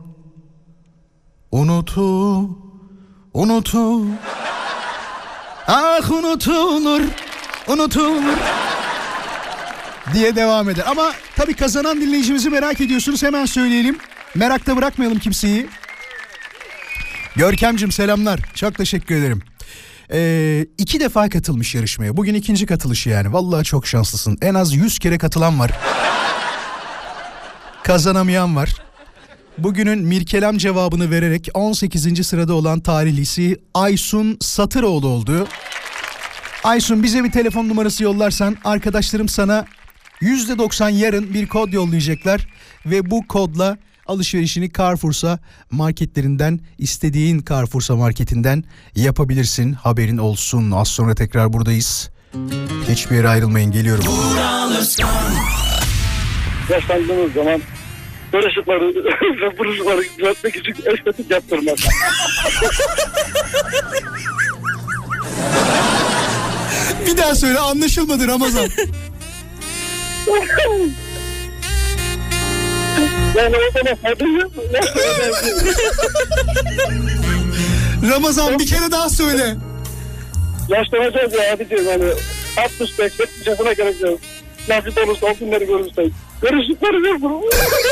Speaker 3: Ah unutulur, unutulur diye devam eder. Ama tabii kazanan dinleyicimizi merak ediyorsunuz, hemen söyleyelim. Merakta bırakmayalım kimseyi. Görkemciğim selamlar. Çok teşekkür ederim. 2 defa katılmış yarışmaya. Bugün 2. katılışı yani. Vallahi çok şanslısın. En az 100 kere katılan var. Kazanamayan var. Bugünün mirkelam cevabını vererek 18. sırada olan tarihlisi Aysun Satıroğlu oldu. Aysun, bize bir telefon numarası yollarsan arkadaşlarım sana %90 yarın bir kod yollayacaklar. Ve bu kodla alışverişini Carrefour'sa marketlerinden, istediğin Carrefour'sa marketinden yapabilirsin. Haberin olsun. Az sonra tekrar buradayız. Hiçbir yere ayrılmayın, geliyorum.
Speaker 9: Yaşlandığımız zaman karışıkları ve buruşukları düzeltmek için estetik yaptırmak.
Speaker 3: Bir daha söyle, anlaşılmadı Ramazan.
Speaker 9: Yani o zaman adını
Speaker 3: Ramazan bir kere daha söyle.
Speaker 9: yaşlanacağız ya abiciğim, hani 65-70 yaşına geleceğiz. Nasip olursa o günleri görürsek. Karışıkları ver bunu.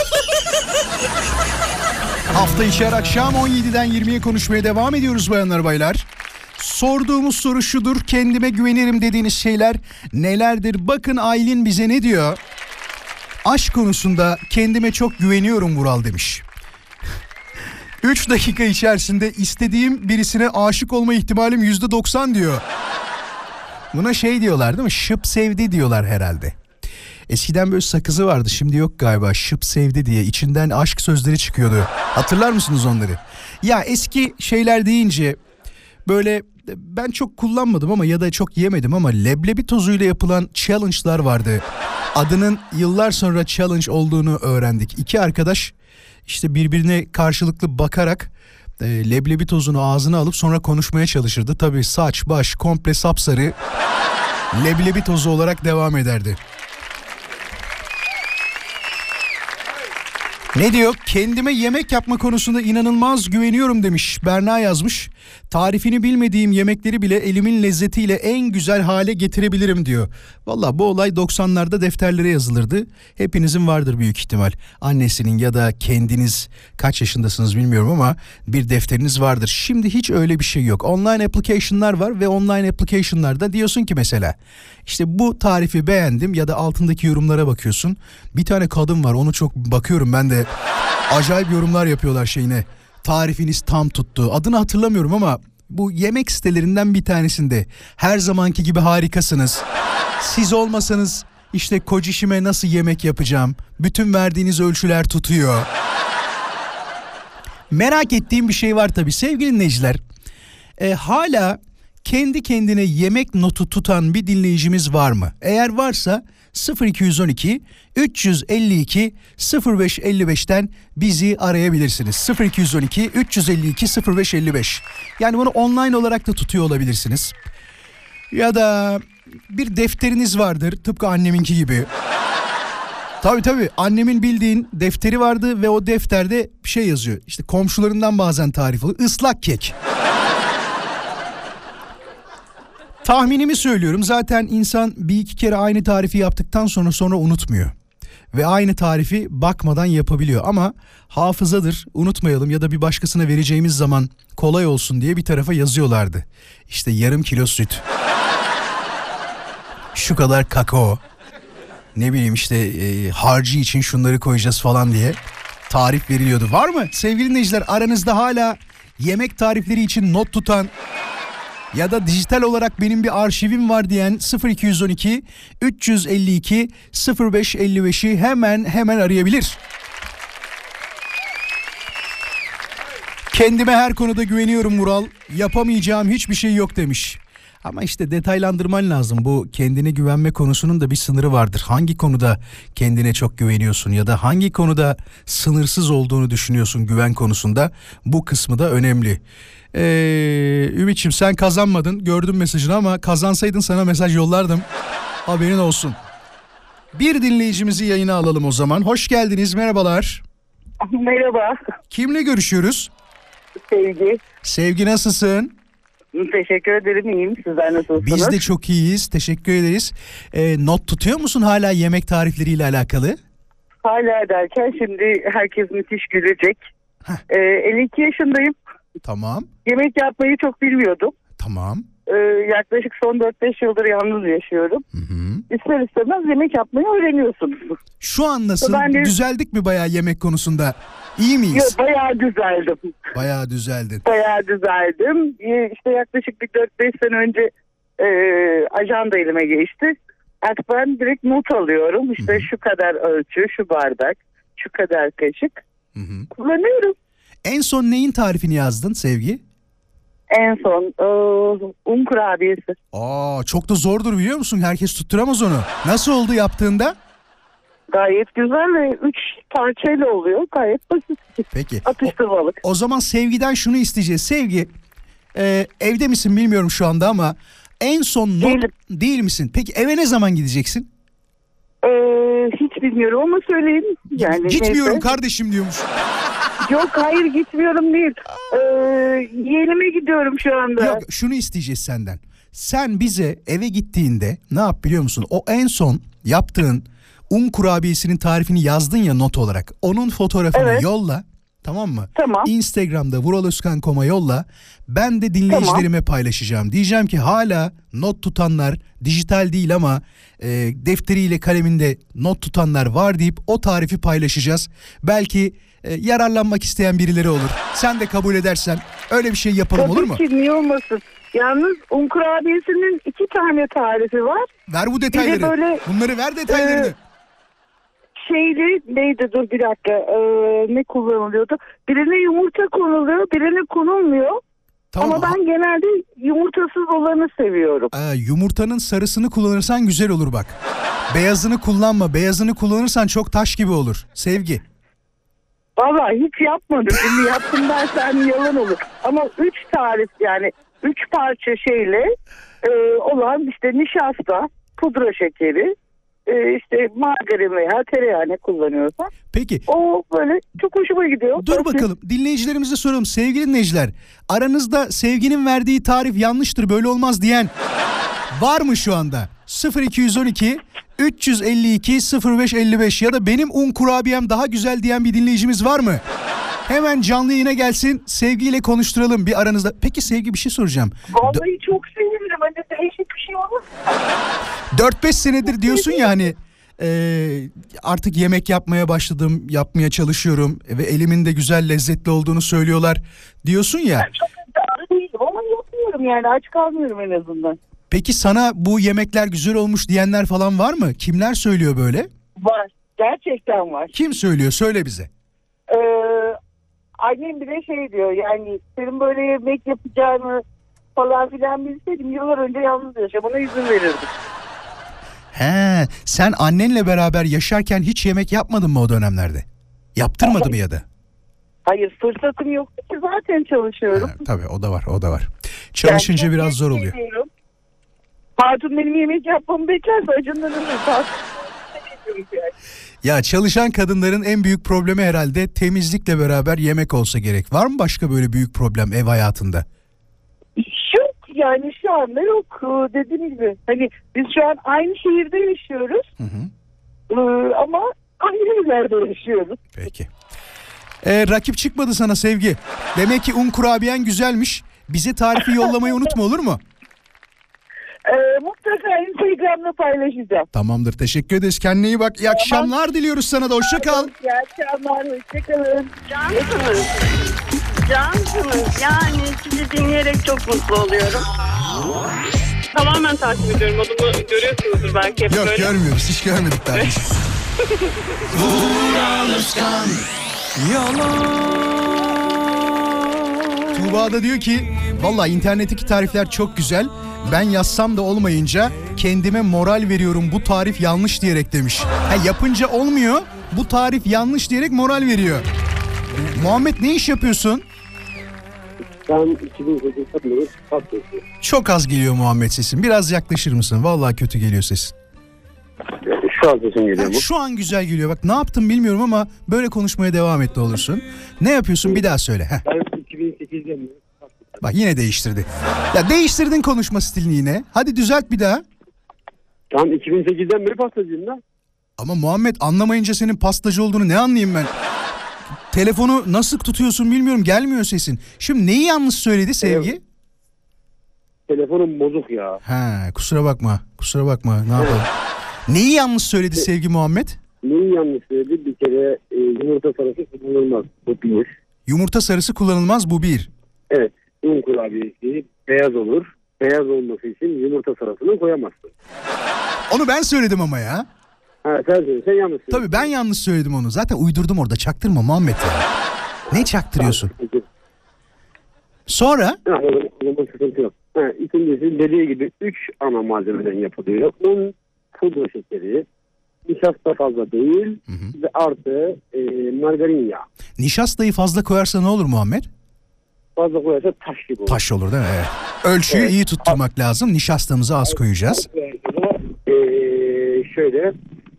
Speaker 3: Hafta içi her akşam 17'den 20'ye konuşmaya devam ediyoruz bayanlar baylar. Sorduğumuz soru şudur: kendime güvenirim dediğiniz şeyler nelerdir? Bakın Aylin bize ne diyor? Aşk konusunda kendime çok güveniyorum Vural demiş. 3 dakika içerisinde istediğim birisine aşık olma ihtimalim %90 diyor. Buna şey diyorlar değil mi? Şıp sevdi diyorlar herhalde. Eskiden böyle sakızı vardı, şimdi yok galiba, şıp sevdi diye içinden aşk sözleri çıkıyordu. Hatırlar mısınız onları? Ya eski şeyler deyince böyle ben çok kullanmadım ama ya da çok yemedim ama leblebi tozuyla yapılan challenge'lar vardı. Adının yıllar sonra challenge olduğunu öğrendik. 2 arkadaş işte birbirine karşılıklı bakarak leblebi tozunu ağzına alıp sonra konuşmaya çalışırdı. Tabii saç baş komple sapsarı leblebi tozu olarak devam ederdi. Ne diyor? Kendime yemek yapma konusunda inanılmaz güveniyorum demiş. Berna yazmış. Tarifini bilmediğim yemekleri bile elimin lezzetiyle en güzel hale getirebilirim diyor. Valla bu olay 90'larda defterlere yazılırdı. Hepinizin vardır büyük ihtimal. Annesinin ya da kendiniz kaç yaşındasınız bilmiyorum ama bir defteriniz vardır. Şimdi hiç öyle bir şey yok. Online application'lar var ve online application'larda diyorsun ki mesela işte bu tarifi beğendim ya da altındaki yorumlara bakıyorsun. Bir tane kadın var, onu çok bakıyorum ben de. Acayip yorumlar yapıyorlar şeyine. Tarifiniz tam tuttu. Adını hatırlamıyorum ama bu yemek sitelerinden bir tanesinde. Her zamanki gibi harikasınız. Siz olmasanız işte kocişime nasıl yemek yapacağım? Bütün verdiğiniz ölçüler tutuyor. Merak ettiğim bir şey var tabii sevgili dinleyiciler. Hala kendi kendine yemek notu tutan bir dinleyicimiz var mı? Eğer varsa 0212 352 0555'ten bizi arayabilirsiniz. 0212 352 0555. Yani bunu online olarak da tutuyor olabilirsiniz. Ya da bir defteriniz vardır tıpkı anneminki gibi. Tabii annemin bildiğin defteri vardı ve o defterde bir şey yazıyor. İşte komşularından bazen tarif oluyor. Islak kek. Tahminimi söylüyorum, zaten insan bir iki kere aynı tarifi yaptıktan sonra unutmuyor. Ve aynı tarifi bakmadan yapabiliyor ama hafızadır, unutmayalım ya da bir başkasına vereceğimiz zaman kolay olsun diye bir tarafa yazıyorlardı. İşte yarım kilo süt, şu kadar kakao, ne bileyim işte harcı için şunları koyacağız falan diye tarif veriliyordu. Var mı sevgili dinleyiciler aranızda hala yemek tarifleri için not tutan ya da dijital olarak benim bir arşivim var diyen 0212 352 0555'i hemen arayabilir. Kendime her konuda güveniyorum Vural. Yapamayacağım hiçbir şey yok demiş. Ama işte detaylandırman lazım. Bu kendine güvenme konusunun da bir sınırı vardır. Hangi konuda kendine çok güveniyorsun ya da hangi konuda sınırsız olduğunu düşünüyorsun güven konusunda? Bu kısmı da önemli. Ümit'ciğim sen kazanmadın, gördüm mesajını ama kazansaydın sana mesaj yollardım. Haberin olsun. Bir dinleyicimizi yayına alalım o zaman. Hoş geldiniz, merhabalar.
Speaker 6: Merhaba.
Speaker 3: Kimle görüşüyoruz?
Speaker 6: Sevgi.
Speaker 3: Sevgi nasılsın?
Speaker 6: Teşekkür ederim, iyiyim. Sizler nasılsınız?
Speaker 3: Biz de çok iyiyiz. Teşekkür ederiz. Not tutuyor musun hala yemek tarifleriyle alakalı?
Speaker 6: Hala derken şimdi herkes müthiş gülecek. 52 yaşındayım.
Speaker 3: Tamam.
Speaker 6: Yemek yapmayı çok bilmiyordum.
Speaker 3: Tamam.
Speaker 6: Yaklaşık son 4-5 yıldır yalnız yaşıyorum. İster istemez yemek yapmayı öğreniyorsunuz.
Speaker 3: Şu an nasıl?
Speaker 6: Ben
Speaker 3: Düzeldik mi bayağı yemek konusunda? İyi miyiz?
Speaker 6: Yok, bayağı düzeldim.
Speaker 3: Bayağı düzeldin.
Speaker 6: Bayağı düzeldim. İşte yaklaşık bir 4-5 sene önce ajanda elime geçti. Artık ben direkt not alıyorum. İşte şu kadar ölçü, şu bardak, şu kadar kaşık. Kullanıyorum.
Speaker 3: En son neyin tarifini yazdın Sevgi?
Speaker 6: En son un kurabiyesi.
Speaker 3: Çok da zordur biliyor musun? Herkes tutturamaz onu. Nasıl oldu yaptığında?
Speaker 6: Gayet güzel ve 3 parçayla oluyor. Gayet basit.
Speaker 3: Peki.
Speaker 6: Atıştırmalık.
Speaker 3: O zaman Sevgi'den şunu isteyeceğiz. Sevgi, evde misin bilmiyorum şu anda ama en son değil misin? Peki eve ne zaman gideceksin?
Speaker 6: Hiç bilmiyorum ama söyleyin. Yani
Speaker 3: Gitmiyorum
Speaker 6: neyse.
Speaker 3: kardeşim diyormuş.
Speaker 6: Yok, hayır, gitmiyorum değil. Yeğenime gidiyorum şu anda.
Speaker 3: Yok, şunu isteyeceğiz senden. Sen bize eve gittiğinde ne yap biliyor musun? O en son yaptığın un kurabiyesinin tarifini yazdın ya not olarak. Onun fotoğrafını yolla. Tamam mı?
Speaker 6: Tamam.
Speaker 3: Instagram'da vuraloskan.com'a yolla. Ben de dinleyicilerime paylaşacağım. Diyeceğim ki hala not tutanlar, dijital değil ama defteriyle kaleminde not tutanlar var deyip o tarifi paylaşacağız. Belki yararlanmak isteyen birileri olur. Sen de kabul edersen öyle bir şey yapalım.
Speaker 6: Tabii
Speaker 3: olur mu?
Speaker 6: ki, niye olmasın? Yalnız un kurabiyesinin 2 tane tarifi var.
Speaker 3: Ver bu detayları.
Speaker 6: Böyle,
Speaker 3: bunları ver detaylarını.
Speaker 6: Neydi, dur bir dakika, ne kullanılıyordu? Birine yumurta konuluyor, birine konulmuyor.
Speaker 3: Tamam.
Speaker 6: Ama ben genelde yumurtasız olanı seviyorum.
Speaker 3: Yumurtanın sarısını kullanırsan güzel olur bak. Beyazını kullanma. Beyazını kullanırsan çok taş gibi olur. Sevgi.
Speaker 6: Vallahi hiç yapmadım. Şimdi yaptım dersen yalan olur. Ama 3 tarif, yani 3 parça şeyle olan işte nişasta, pudra şekeri, işte margarin veya tereyağı ne kullanıyorsan.
Speaker 3: Peki.
Speaker 6: O böyle çok hoşuma gidiyor.
Speaker 3: Dur bakalım, dinleyicilerimize soralım. Sevgili dinleyiciler, aranızda Sevgi'nin verdiği tarif yanlıştır, böyle olmaz diyen var mı şu anda? 0212 352 0555 ya da benim un kurabiyem daha güzel diyen bir dinleyicimiz var mı? Hemen canlı yayına gelsin, Sevgi ile konuşturalım bir aranızda. Peki Sevgi, bir şey soracağım.
Speaker 6: Vallahi çok sevinirim. Hani değişik bir şey olur.
Speaker 3: 4-5 senedir diyorsun ya hani artık yemek yapmaya başladım, yapmaya çalışıyorum ve elimin de güzel, lezzetli olduğunu söylüyorlar diyorsun ya.
Speaker 6: Ben çok iddialı değilim ama yapıyorum, yani aç kalmıyorum en azından.
Speaker 3: Peki sana bu yemekler güzel olmuş diyenler falan var mı? Kimler söylüyor böyle?
Speaker 6: Var. Gerçekten var.
Speaker 3: Kim söylüyor? Söyle bize.
Speaker 6: Annem bile şey diyor, yani senin böyle yemek yapacağını falan filan bilseydim yıllar önce yalnız yaşamana izin verirdim.
Speaker 3: Sen annenle beraber yaşarken hiç yemek yapmadın mı o dönemlerde? Yaptırmadı mı ya da?
Speaker 6: Hayır, fırsatım yoktu ki, zaten çalışıyorum.
Speaker 3: Tabii o da var. Çalışınca yani biraz zor oluyor.
Speaker 6: Hatun benim yemek yapmamı beklerse acından ölür.
Speaker 3: Ya çalışan kadınların en büyük problemi herhalde temizlikle beraber yemek olsa gerek. Var mı başka böyle büyük problem ev hayatında?
Speaker 6: Yok yani, şu anda yok. Dediğim gibi hani biz şu an aynı şehirde yaşıyoruz. Ama aynı evlerde yaşıyoruz.
Speaker 3: Peki. Rakip çıkmadı sana Sevgi. Demek ki un kurabiyen güzelmiş. Bize tarifi yollamayı unutma, olur mu?
Speaker 6: Mutlaka Instagram'da paylaşacağım.
Speaker 3: Tamamdır, teşekkür ederiz. Kendine iyi bak. İyi akşamlar diliyoruz sana da. Hoşça kal.
Speaker 6: İyi akşamlar. Hoşça kalın.
Speaker 10: Cansınız. Yani sizi dinleyerek çok mutlu oluyorum.
Speaker 5: Tamamen takip ediyorum. Adımı görüyorsunuzdur belki hep
Speaker 3: Yok,
Speaker 5: böyle.
Speaker 3: Yok, görmüyoruz. Hiç görmedik daha. Tuğba da diyor ki vallahi internetteki tarifler çok güzel. Ben yazsam da olmayınca kendime moral veriyorum, bu tarif yanlış diyerek demiş. Yapınca olmuyor, bu tarif yanlış diyerek moral veriyor. Muhammed, ne iş yapıyorsun?
Speaker 9: Ben 2008'de bile
Speaker 3: Çok az geliyor Muhammed sesin. Biraz yaklaşır mısın? Vallahi kötü geliyor sesin.
Speaker 9: Şu an sesim geliyor mu?
Speaker 3: Şu an güzel geliyor. Bak ne yaptım bilmiyorum ama böyle konuşmaya devam et de olursun. Ne yapıyorsun? Bir daha söyle.
Speaker 9: Ben 2008'de
Speaker 3: Bak yine değiştirdi. Ya değiştirdin konuşma stilini yine. Hadi düzelt bir daha.
Speaker 11: Tam 2008'den beri pastacıyım da.
Speaker 3: Ama Muhammed anlamayınca senin pastacı olduğunu ne anlayayım ben? Telefonu nasıl tutuyorsun bilmiyorum, gelmiyor sesin. Şimdi neyi yanlış söyledi Sevgi?
Speaker 11: Telefonum bozuk ya.
Speaker 3: Ha, kusura bakma ne yapalım. Neyi yanlış söyledi Sevgi Muhammed?
Speaker 11: Neyi yanlış söyledi? Bir kere yumurta sarısı kullanılmaz. Bu bir.
Speaker 3: Yumurta sarısı kullanılmaz, bu bir.
Speaker 11: Evet. Un kurabiyesi beyaz olur. Beyaz olması için yumurta sarısını koyamazsın.
Speaker 3: Onu ben söyledim ama ya.
Speaker 11: Ha sen yanlış söyledin.
Speaker 3: Tabii ben yanlış söyledim onu. Zaten uydurdum orada. Çaktırma Muhammed ya. Ne çaktırıyorsun? Sonra?
Speaker 11: Sıkıntı yok. İkincisi dediği gibi 3 ana malzemeden yapılıyor. Un, pudra şekeri, nişasta fazla değil ve artı margarin yağı.
Speaker 3: Nişastayı fazla koyarsa ne olur Muhammed?
Speaker 11: Fazla koyarsa taş gibi olur.
Speaker 3: Taş olur değil mi? Evet. Ölçüyü iyi tutturmak lazım. Nişastamızı az koyacağız.
Speaker 11: Şöyle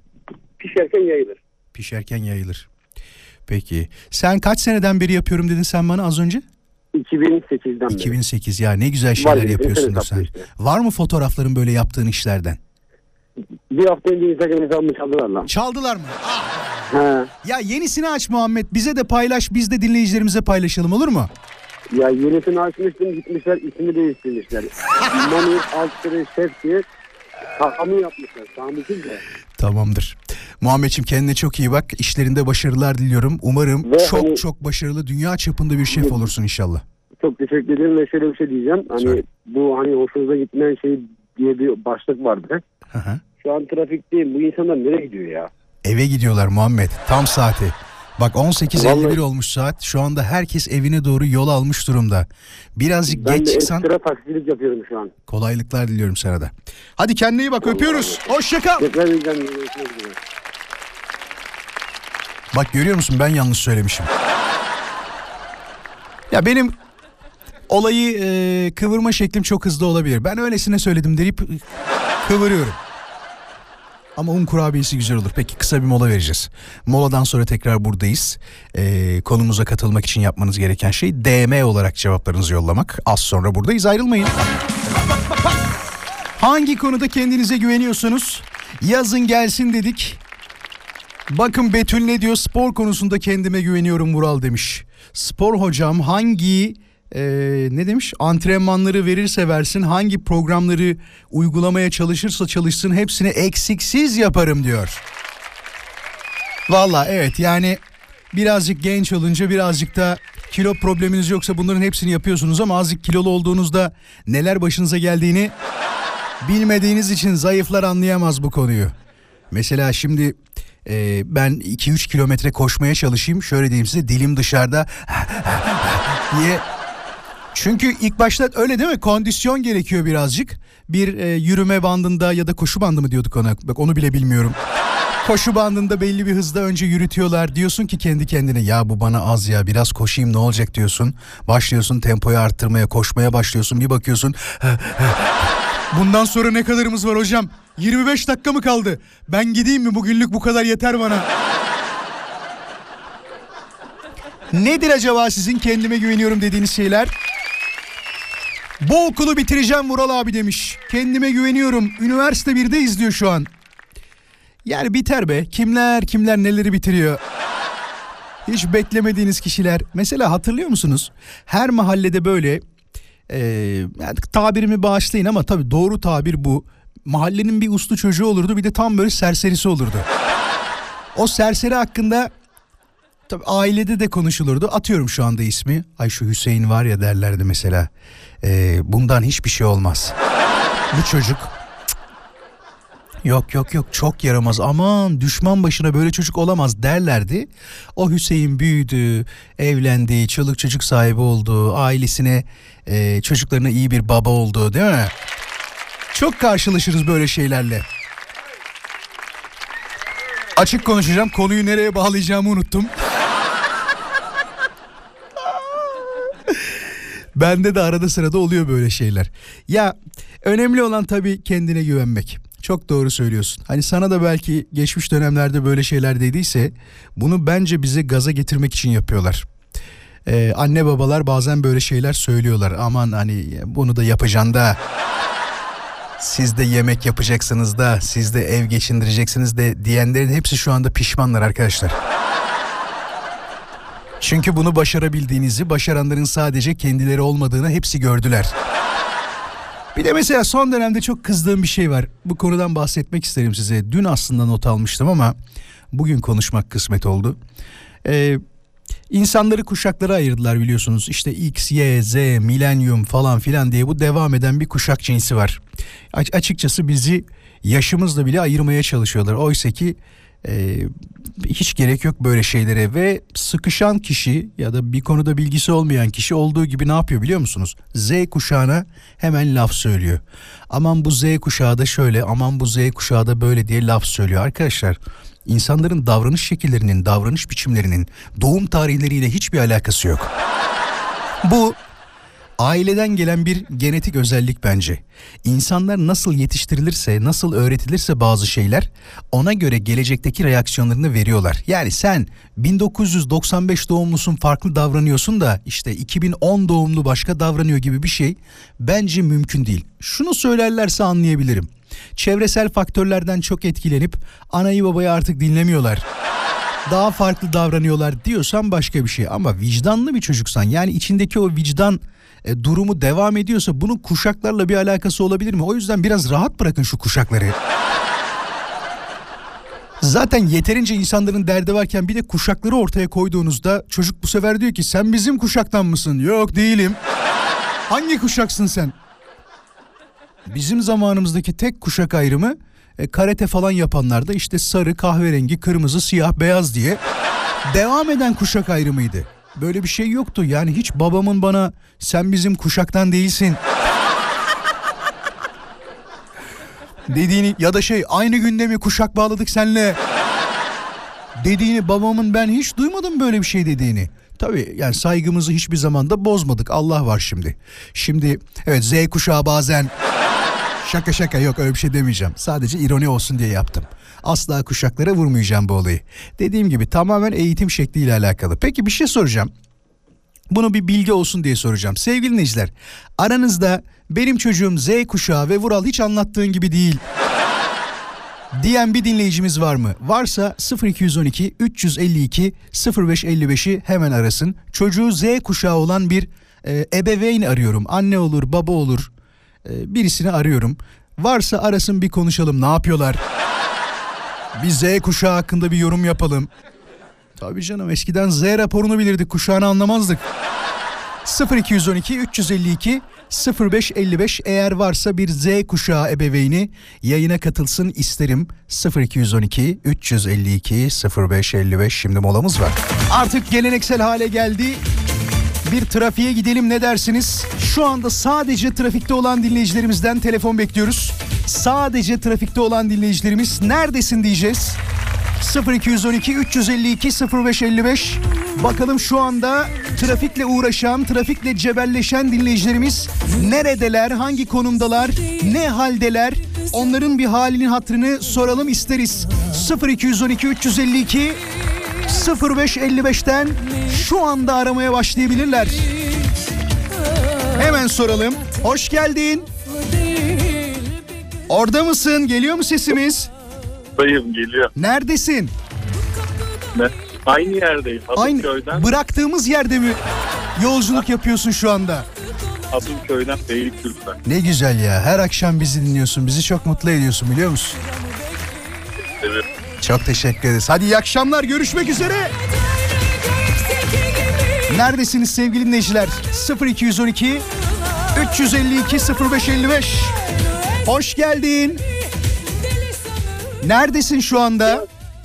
Speaker 11: pişerken yayılır.
Speaker 3: Peki. Sen kaç seneden beri yapıyorum dedin sen bana az önce?
Speaker 11: 2008'den beri.
Speaker 3: 2008 ya, ne güzel şeyler yapıyorsundur sen. Işte. Var mı fotoğrafların böyle yaptığın işlerden?
Speaker 11: Bir hafta önce Instagram hesabımı çaldılar lan.
Speaker 3: Çaldılar mı?
Speaker 11: He.
Speaker 3: Ya yenisini aç Muhammed, bize de paylaş, biz de dinleyicilerimize paylaşalım, olur mu?
Speaker 11: Ya yenisini açmıştım, gitmişler ismini değiştirmişler. Mani Altırı Şef diye Sami yapmışlar. Sami kim de?
Speaker 3: Tamamdır. Muhammedciğim kendine çok iyi bak. İşlerinde başarılar diliyorum. Umarım çok başarılı, dünya çapında bir şef olursun inşallah.
Speaker 11: Çok teşekkür ederim ve şöyle bir şey diyeceğim. Bu hoşunuza gitmeyen şey diye bir başlık vardı. Şu an trafikteyim. Bu insanlar nereye gidiyor ya?
Speaker 3: Eve gidiyorlar Muhammed. Tam saati. Bak 18.51 olmuş saat. Şu anda herkes evine doğru yol almış durumda. Birazcık geç çıksan...
Speaker 11: Ben de ekstra taksicilik yapıyorum şu an.
Speaker 3: Kolaylıklar diliyorum sana da. Hadi kendine iyi bak, öpüyoruz. Hoşça kal. Bak görüyor musun, ben yanlış söylemişim. Ya benim olayı kıvırma şeklim çok hızlı olabilir. Ben öylesine söyledim deyip kıvırıyorum. Ama un kurabiyesi güzel olur. Peki kısa bir mola vereceğiz. Moladan sonra tekrar buradayız. Konumuza katılmak için yapmanız gereken şey DM olarak cevaplarınızı yollamak. Az sonra buradayız, ayrılmayın. Hangi konuda kendinize güveniyorsunuz? Yazın gelsin dedik. Bakın Betül ne diyor? Spor konusunda kendime güveniyorum Vural demiş. Spor hocam hangi ne demiş? Antrenmanları verirse versin, hangi programları uygulamaya çalışırsa çalışsın hepsini eksiksiz yaparım diyor. Vallahi evet, yani birazcık genç olunca, birazcık da kilo probleminiz yoksa bunların hepsini yapıyorsunuz ama azıcık kilolu olduğunuzda neler başınıza geldiğini bilmediğiniz için zayıflar anlayamaz bu konuyu. Mesela şimdi ben 2-3 kilometre koşmaya çalışayım, şöyle diyeyim size, dilim dışarıda diye. Çünkü ilk başta öyle değil mi? Kondisyon gerekiyor birazcık. Bir yürüme bandında ya da koşu bandı mı diyorduk ona? Bak onu bile bilmiyorum. Koşu bandında belli bir hızda önce yürütüyorlar. Diyorsun ki kendi kendine, ya bu bana az ya, biraz koşayım ne olacak diyorsun. Başlıyorsun tempoyu arttırmaya, koşmaya başlıyorsun. Bir bakıyorsun. Bundan sonra ne kadarımız var hocam? 25 dakika mı kaldı? Ben gideyim mi? Bugünlük bu kadar yeter bana. Nedir acaba sizin kendime güveniyorum dediğiniz şeyler? Bu okulu bitireceğim Vural abi demiş. Kendime güveniyorum. Üniversite 1'de izliyor şu an. Yani biter be. Kimler neleri bitiriyor. Hiç beklemediğiniz kişiler. Mesela hatırlıyor musunuz? Her mahallede böyle yani tabirimi bağışlayın ama tabii doğru tabir bu. Mahallenin bir uslu çocuğu olurdu, bir de tam böyle serserisi olurdu. O serseri hakkında tabii ailede de konuşulurdu. Atıyorum şu anda ismi. Ay şu Hüseyin var ya derlerdi mesela. Bundan hiçbir şey olmaz. Bu çocuk yok çok yaramaz, aman düşman başına böyle çocuk olamaz derlerdi. O Hüseyin büyüdü, evlendi, çoluk çocuk sahibi oldu, ailesine çocuklarına iyi bir baba oldu, değil mi? Çok karşılaşırız böyle şeylerle. Açık konuşacağım, konuyu nereye bağlayacağımı unuttum. Bende de arada sırada oluyor böyle şeyler. Ya önemli olan tabii kendine güvenmek. Çok doğru söylüyorsun. Hani sana da belki geçmiş dönemlerde böyle şeyler dediyse bunu bence bize gaza getirmek için yapıyorlar. Anne babalar bazen böyle şeyler söylüyorlar. Aman hani bunu da yapacaksın da. Siz de yemek yapacaksınız da, siz de ev geçindireceksiniz de diyenlerin hepsi şu anda pişmanlar arkadaşlar. Çünkü bunu başarabildiğinizi, başaranların sadece kendileri olmadığını hepsi gördüler. Bir de mesela son dönemde çok kızdığım bir şey var. Bu konudan bahsetmek isterim size. Dün aslında not almıştım ama bugün konuşmak kısmet oldu. İnsanları kuşaklara ayırdılar biliyorsunuz. İşte X, Y, Z, milenyum falan filan diye bu devam eden bir kuşak cinsi var. Açıkçası bizi yaşımızla bile ayırmaya çalışıyorlar. Oysa ki hiç gerek yok böyle şeylere ve sıkışan kişi ya da bir konuda bilgisi olmayan kişi olduğu gibi ne yapıyor biliyor musunuz? Z kuşağına hemen laf söylüyor. Aman bu Z kuşağı da şöyle, aman bu Z kuşağı da böyle diye laf söylüyor. Arkadaşlar, İnsanların davranış şekillerinin, davranış biçimlerinin doğum tarihleriyle hiçbir alakası yok. Bu aileden gelen bir genetik özellik bence. İnsanlar nasıl yetiştirilirse, nasıl öğretilirse bazı şeyler ona göre gelecekteki reaksiyonlarını veriyorlar. Yani sen 1995 doğumlusun farklı davranıyorsun da işte 2010 doğumlu başka davranıyor gibi bir şey bence mümkün değil. Şunu söylerlerse anlayabilirim. Çevresel faktörlerden çok etkilenip anayı babayı artık dinlemiyorlar. Daha farklı davranıyorlar diyorsan başka bir şey. Ama vicdanlı bir çocuksan, yani içindeki o vicdan durumu devam ediyorsa bunun kuşaklarla bir alakası olabilir mi? O yüzden biraz rahat bırakın şu kuşakları. Zaten yeterince insanların derdi varken bir de kuşakları ortaya koyduğunuzda çocuk bu sefer diyor ki sen bizim kuşaktan mısın? Yok değilim. Hangi kuşaksın sen? Bizim zamanımızdaki tek kuşak ayrımı karate falan yapanlarda işte sarı, kahverengi, kırmızı, siyah, beyaz diye devam eden kuşak ayrımıydı. Böyle bir şey yoktu. Yani hiç babamın bana sen bizim kuşaktan değilsin dediğini ya da aynı günde mi kuşak bağladık senle dediğini babamın ben hiç duymadım böyle bir şey dediğini. Tabii yani saygımızı hiçbir zaman da bozmadık. Allah var şimdi. Şimdi evet Z kuşağı bazen şaka yok öyle bir şey demeyeceğim. Sadece ironi olsun diye yaptım. Asla kuşaklara vurmayacağım bu olayı. Dediğim gibi tamamen eğitim şekliyle alakalı. Peki bir şey soracağım. Bunu bir bilgi olsun diye soracağım. Sevgili dinleyiciler, aranızda benim çocuğum Z kuşağı ve Vural hiç anlattığın gibi değil diyen bir dinleyicimiz var mı? Varsa 0212 352 0555'i hemen arasın. Çocuğu Z kuşağı olan bir ebeveyn arıyorum. Anne olur, baba olur. Birisini arıyorum. Varsa arasın, bir konuşalım. Ne yapıyorlar? Bir Z kuşağı hakkında bir yorum yapalım. Tabii canım, eskiden Z raporunu bilirdik, kuşağını anlamazdık. 0212 352 0555 eğer varsa bir Z kuşağı ebeveyni yayına katılsın isterim. 0212 352 0555. Şimdi molamız var. Artık geleneksel hale geldi. Bir trafiğe gidelim, ne dersiniz? Şu anda sadece trafikte olan dinleyicilerimizden telefon bekliyoruz. Sadece trafikte olan dinleyicilerimiz neredesin diyeceğiz. 0212 352 0555. Bakalım şu anda trafikle uğraşan, trafikle cebelleşen dinleyicilerimiz neredeler, hangi konumdalar, ne haldeler? Onların bir halinin hatırını soralım isteriz. 0212 352 0555'ten şu anda aramaya başlayabilirler. Hemen soralım. Hoş geldin. Orada mısın? Geliyor mu sesimiz?
Speaker 9: Dayım geliyor.
Speaker 3: Neredesin?
Speaker 9: Aynı yerdeyim.
Speaker 3: Aynı. Bıraktığımız yerde mi yolculuk yapıyorsun şu anda?
Speaker 9: Adımköy'den Beylikdüzü'ne.
Speaker 3: Ne güzel ya. Her akşam bizi dinliyorsun. Bizi çok mutlu ediyorsun, biliyor musun?
Speaker 9: Evet.
Speaker 3: Çok teşekkür ederiz. Hadi iyi akşamlar. Görüşmek üzere. Neredesiniz sevgili dinleyiciler? 0212 352 0555. Hoş geldin. Neredesin şu anda?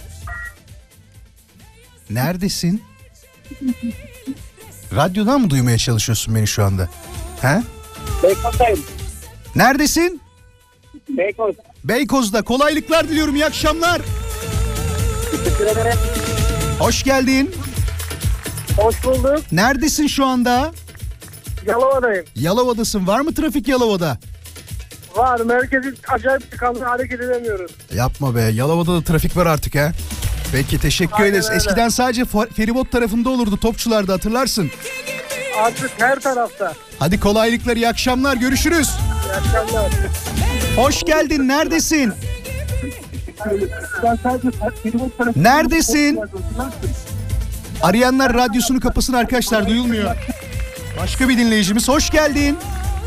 Speaker 3: Neredesin? Radyodan mı duymaya çalışıyorsun beni şu anda? He?
Speaker 11: Beykoz'dayım.
Speaker 3: Neredesin?
Speaker 11: Beykoz.
Speaker 3: Beykoz'da. Kolaylıklar diliyorum. İyi akşamlar.
Speaker 11: Teşekkür ederim.
Speaker 3: Hoş geldin.
Speaker 11: Hoş bulduk.
Speaker 3: Neredesin şu anda?
Speaker 11: Yalova'dayım.
Speaker 3: Yalova'dasın. Var mı trafik Yalova'da?
Speaker 11: Var. Merkezi acayip tıkanlı, hareket edemiyoruz.
Speaker 3: Yapma be. Yalova'da da trafik var artık ha. Peki teşekkür
Speaker 9: Aynen
Speaker 3: ederiz.
Speaker 9: öyle.
Speaker 3: Eskiden sadece feribot tarafında olurdu, Topçular'da, hatırlarsın.
Speaker 9: Artık her tarafta.
Speaker 3: Hadi kolaylıklar, iyi akşamlar, görüşürüz.
Speaker 9: İyi akşamlar.
Speaker 3: Hoş geldin, neredesin? Neredesin? Arayanlar radyosunu kapasın arkadaşlar, duyulmuyor. Başka bir dinleyicimiz, hoş geldin.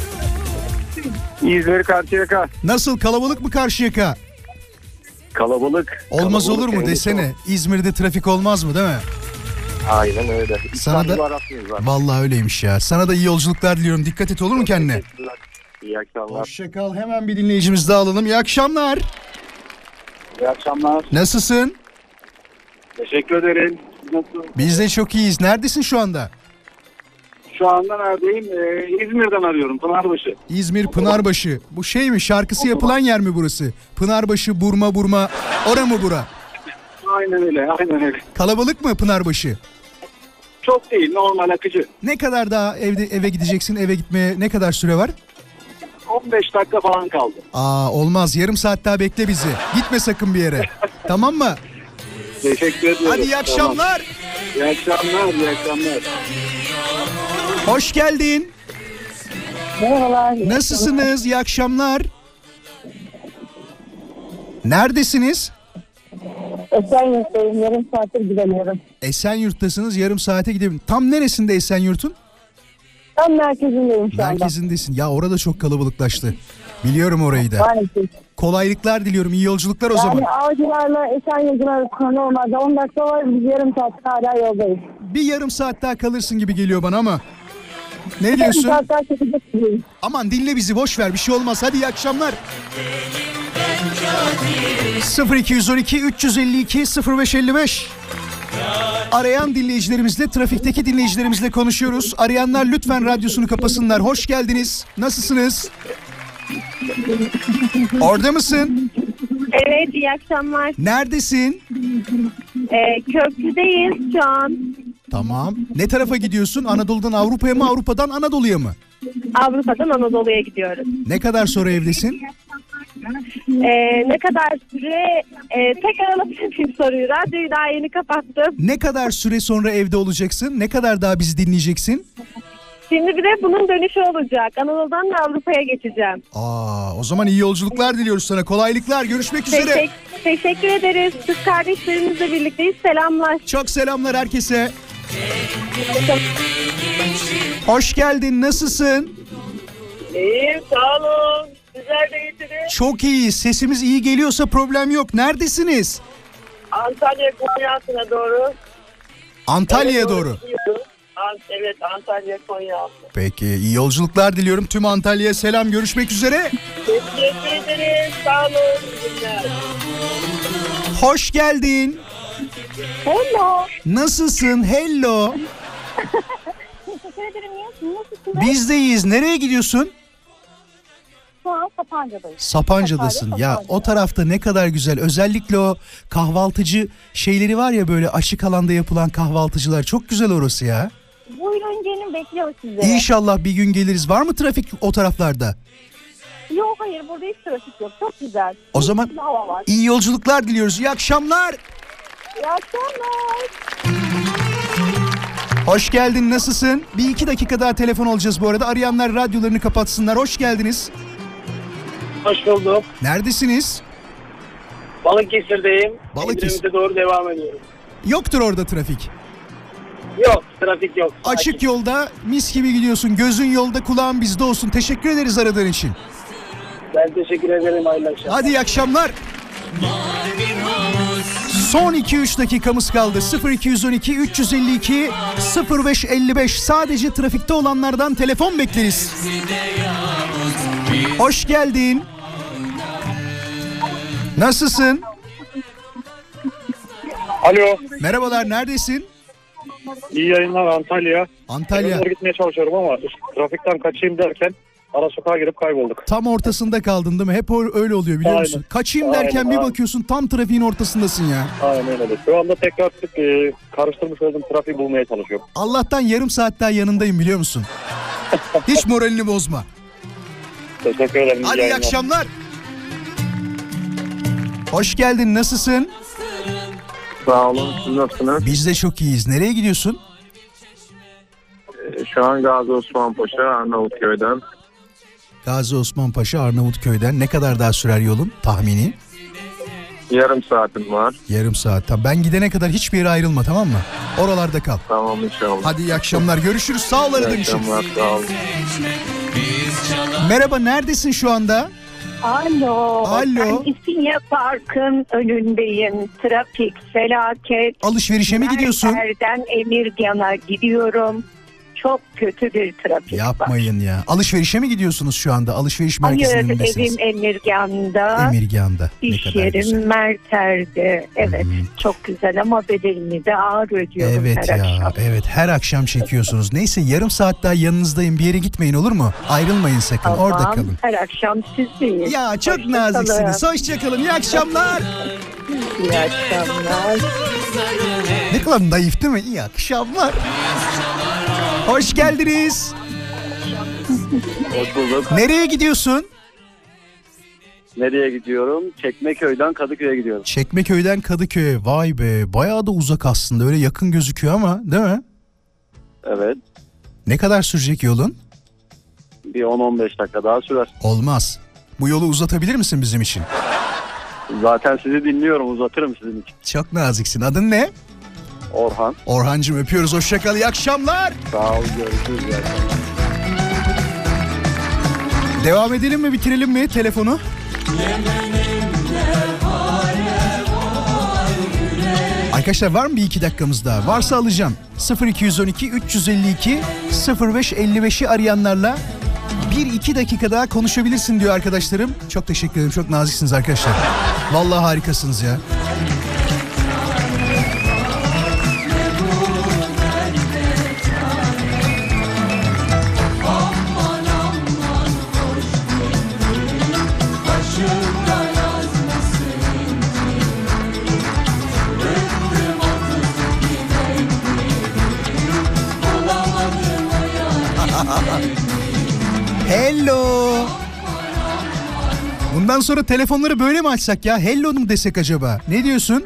Speaker 9: İzmir Karşıyaka.
Speaker 3: Nasıl, kalabalık mı Karşıyaka?
Speaker 9: Kalabalık.
Speaker 3: Olmaz
Speaker 9: Kalabalık
Speaker 3: olur mu desene. İzmir'de trafik olmaz mı, değil mi?
Speaker 9: Aynen öyle.
Speaker 3: Sana da vallahi öyleymiş ya. Sana da iyi yolculuklar diliyorum. Dikkat et, olur mu kendine?
Speaker 9: İyi akşamlar.
Speaker 3: Hoşçakal. Hemen bir dinleyicimiz daha alalım. İyi akşamlar.
Speaker 9: İyi akşamlar.
Speaker 3: Nasılsın?
Speaker 9: Teşekkür ederim. Nasılsın?
Speaker 3: Biz de çok iyiyiz. Neredesin şu anda?
Speaker 9: Şu anda neredeyim? İzmir'den arıyorum. Pınarbaşı.
Speaker 3: İzmir Pınarbaşı. Bu şey mi? Şarkısı yapılan yer mi burası? Pınarbaşı, Burma Burma. Ora mı bura?
Speaker 9: Aynen öyle. Aynen öyle.
Speaker 3: Kalabalık mı Pınarbaşı?
Speaker 9: Çok değil. Normal akıcı.
Speaker 3: Ne kadar daha eve gideceksin? Eve gitmeye ne kadar süre var?
Speaker 9: 15 dakika falan kaldı.
Speaker 3: Aa, olmaz. Yarım saat daha bekle bizi. Gitme sakın bir yere. Tamam mı?
Speaker 9: Teşekkür ederim.
Speaker 3: Hadi iyi akşamlar.
Speaker 9: Tamam. İyi akşamlar. İyi akşamlar.
Speaker 3: Hoş geldin.
Speaker 6: Merhabalar.
Speaker 3: Nasılsınız? İyi akşamlar. Neredesiniz?
Speaker 6: Esenyurt'tayım. Yarım saattir gidemiyorum.
Speaker 3: Esenyurt'tasınız. Yarım saate gidebilirim. Tam neresinde Esenyurt'un?
Speaker 6: Tam merkezindeyim şu anda.
Speaker 3: Merkezindesin. Ya orada çok kalabalıklaştı. Biliyorum orayı da.
Speaker 6: Maalesef.
Speaker 3: Kolaylıklar diliyorum. İyi yolculuklar o zaman.
Speaker 6: Yani Avcılar'la Esenyurt'un arasında normalde 10 dakika var. Biz yarım saat hala yoldayız.
Speaker 3: Bir yarım saat daha kalırsın gibi geliyor bana ama. Ne
Speaker 6: Yarım
Speaker 3: diyorsun?
Speaker 6: saat daha çekecek gibiyim.
Speaker 3: Aman dinle bizi, boş ver, bir şey olmaz. Hadi iyi akşamlar. 0212 352 0555. Arayan dinleyicilerimizle, trafikteki dinleyicilerimizle konuşuyoruz. Arayanlar lütfen radyosunu kapasınlar. Hoş geldiniz. Nasılsınız? Orada mısın?
Speaker 12: Evet, iyi akşamlar.
Speaker 3: Neredesin?
Speaker 12: Köprüdeyiz şu an.
Speaker 3: Tamam. Ne tarafa gidiyorsun? Anadolu'dan Avrupa'ya mı, Avrupa'dan Anadolu'ya mı?
Speaker 12: Avrupa'dan Anadolu'ya gidiyoruz.
Speaker 3: Ne kadar sonra evdesin?
Speaker 12: Ne kadar süre... tekrar alabilirim soruyu. Radyoyu daha yeni kapattım.
Speaker 3: Ne kadar süre sonra evde olacaksın? Ne kadar daha bizi dinleyeceksin?
Speaker 12: Şimdi bir de bunun dönüşü olacak. Anadolu'dan da Avrupa'ya geçeceğim.
Speaker 3: O zaman iyi yolculuklar diliyoruz sana. Kolaylıklar. Görüşmek üzere.
Speaker 12: Teşekkür ederiz. Kız kardeşlerimizle birlikteyiz. Selamlar.
Speaker 3: Çok selamlar herkese. Hoş geldin. Nasılsın?
Speaker 13: İyiyim, sağ olun. Sizler de iyisiniz.
Speaker 3: Çok iyi. Sesimiz iyi geliyorsa problem yok. Neredesiniz?
Speaker 13: Antalya Konya'sına doğru.
Speaker 3: Antalya'ya doğru.
Speaker 13: Evet, Antalya Konya.
Speaker 3: Peki, iyi yolculuklar diliyorum. Tüm Antalya'ya selam. Görüşmek üzere.
Speaker 13: Teşekkür ederiz. Sağ olun. İyi günler.
Speaker 3: Hoş geldin.
Speaker 12: Hello.
Speaker 3: Nasılsın? Hello.
Speaker 12: Teşekkür ederim. Nasılsınız?
Speaker 3: Biz de iyiyiz. Nereye gidiyorsun?
Speaker 12: Şu an Sapanca'dayım.
Speaker 3: Sapanca'dasın. Ya o tarafta ne kadar güzel. Özellikle o kahvaltıcı şeyleri var ya, böyle açık alanda yapılan kahvaltıcılar. Çok güzel orası ya.
Speaker 12: Buyurun gelin, bekliyoruz sizi.
Speaker 3: İnşallah bir gün geliriz. Var mı trafik o taraflarda?
Speaker 12: Yok, hayır, burada hiç trafik yok. Çok güzel.
Speaker 3: O zaman
Speaker 12: hava var.
Speaker 3: iyi yolculuklar diliyoruz. İyi akşamlar.
Speaker 12: İyi akşamlar.
Speaker 3: Hoş geldin. Nasılsın? Bir 2 dakika daha telefon alacağız bu arada. Arayanlar radyolarını kapatsınlar. Hoş geldiniz.
Speaker 9: Hoş bulduk.
Speaker 3: Neredesiniz?
Speaker 9: Balıkesir'deyim.
Speaker 3: Balıkesir.
Speaker 9: İzmir'e doğru devam ediyorum.
Speaker 3: Yoktur orada trafik.
Speaker 9: Yok, trafik yok.
Speaker 3: Açık yolda mis gibi gidiyorsun. Gözün yolda, kulağın bizde olsun. Teşekkür ederiz aradığın için.
Speaker 9: Ben teşekkür ederim. Hayırlı akşamlar.
Speaker 3: Hadi iyi akşamlar. Son 2-3 dakikamız kaldı. 0212 352 0555. Sadece trafikte olanlardan telefon bekleriz. Hoş geldin. Nasılsın?
Speaker 9: Alo.
Speaker 3: Merhabalar, neredesin?
Speaker 9: İyi yayınlar, Antalya.
Speaker 3: Antalya.
Speaker 9: Doğru gitmeye çalışıyorum ama trafikten kaçayım derken ara sokağa girip kaybolduk.
Speaker 3: Tam ortasında kaldın değil mi? Hep öyle oluyor, biliyor musun?
Speaker 9: Aynen.
Speaker 3: Kaçayım derken
Speaker 9: Aynen,
Speaker 3: bir
Speaker 9: aynen.
Speaker 3: bakıyorsun tam trafiğin ortasındasın ya.
Speaker 9: Aynen öyle. Şu anda tekrar karıştırmış olduğum trafiği bulmaya çalışıyorum.
Speaker 3: Allah'tan yarım saat daha yanındayım, biliyor musun? Hiç moralini bozma.
Speaker 9: Teşekkür ederim.
Speaker 3: Hadi iyi akşamlar. Hoş geldin, nasılsın?
Speaker 14: Sağ olun. Siz nasılsınız?
Speaker 3: Biz de çok iyiyiz. Nereye gidiyorsun?
Speaker 14: Şu an Gazi Osman Paşa Arnavutköy'den.
Speaker 3: Gazi Osman Paşa Arnavutköy'den. Ne kadar daha sürer yolun tahmini?
Speaker 14: Yarım saatim var.
Speaker 3: Yarım saat. Tamam. Ben gidene kadar hiçbir yere ayrılma, tamam mı? Oralarda kal.
Speaker 14: Tamam inşallah.
Speaker 3: Hadi iyi akşamlar. Görüşürüz. Sağ ol aradığın için.
Speaker 14: İyi akşamlar. Sağ olun.
Speaker 3: Merhaba, neredesin şu anda?
Speaker 15: Alo.
Speaker 3: Alo.
Speaker 15: Ben İstinye Park'ın önündeyim. Trafik felaket.
Speaker 3: Alışverişe mi gidiyorsun?
Speaker 15: Merter'den Emirgan'a gidiyorum. Çok kötü bir trafik
Speaker 3: Yapmayın
Speaker 15: var.
Speaker 3: ya. Alışverişe mi gidiyorsunuz şu anda? Alışveriş merkezinin
Speaker 15: Hayır,
Speaker 3: önündesiniz.
Speaker 15: evim Emirgan'da.
Speaker 3: Emirgan'da.
Speaker 15: İş yerim Merter'de. Evet, çok güzel ama bedelini de ağır ödüyorum
Speaker 3: Evet
Speaker 15: her
Speaker 3: ya,
Speaker 15: akşam.
Speaker 3: evet. Her akşam çekiyorsunuz. Neyse, yarım saat daha yanınızdayım. Bir yere gitmeyin, olur mu? Ayrılmayın sakın.
Speaker 15: Tamam,
Speaker 3: Orada kalın.
Speaker 15: her akşam sizdeyim.
Speaker 3: Ya çok naziksiniz. Hoşçakalın. İyi akşamlar.
Speaker 15: İyi akşamlar.
Speaker 3: Ne kadar naif değil mi? İyi akşamlar. Hoş geldiniz.
Speaker 16: Hoş bulduk.
Speaker 3: Nereye gidiyorsun?
Speaker 16: Nereye gidiyorum? Çekmeköy'den Kadıköy'e gidiyorum.
Speaker 3: Çekmeköy'den Kadıköy'e. Vay be, bayağı da uzak aslında. Öyle yakın gözüküyor ama, değil mi?
Speaker 16: Evet.
Speaker 3: Ne kadar sürecek yolun?
Speaker 16: Bir 10-15 dakika daha sürer.
Speaker 3: Olmaz. Bu yolu uzatabilir misin bizim için?
Speaker 16: Zaten sizi dinliyorum, uzatırım sizin için.
Speaker 3: Çok naziksin. Adın ne?
Speaker 16: Orhan.
Speaker 3: Orhancığım, öpüyoruz. Hoşçakal. İyi akşamlar.
Speaker 16: Sağ ol, görüşürüz. İyi akşamlar.
Speaker 3: Devam edelim mi, bitirelim mi telefonu? Arkadaşlar, var mı bir 2 dakikamız daha? Varsa alacağım. 0212 352 0555'i arayanlarla 1-2 dakika daha konuşabilirsin diyor arkadaşlarım. Çok teşekkür ederim. Çok naziksiniz arkadaşlar. Vallahi harikasınız ya. Hello. Bundan sonra telefonları böyle mi açsak ya? Hello mu desek acaba? Ne diyorsun?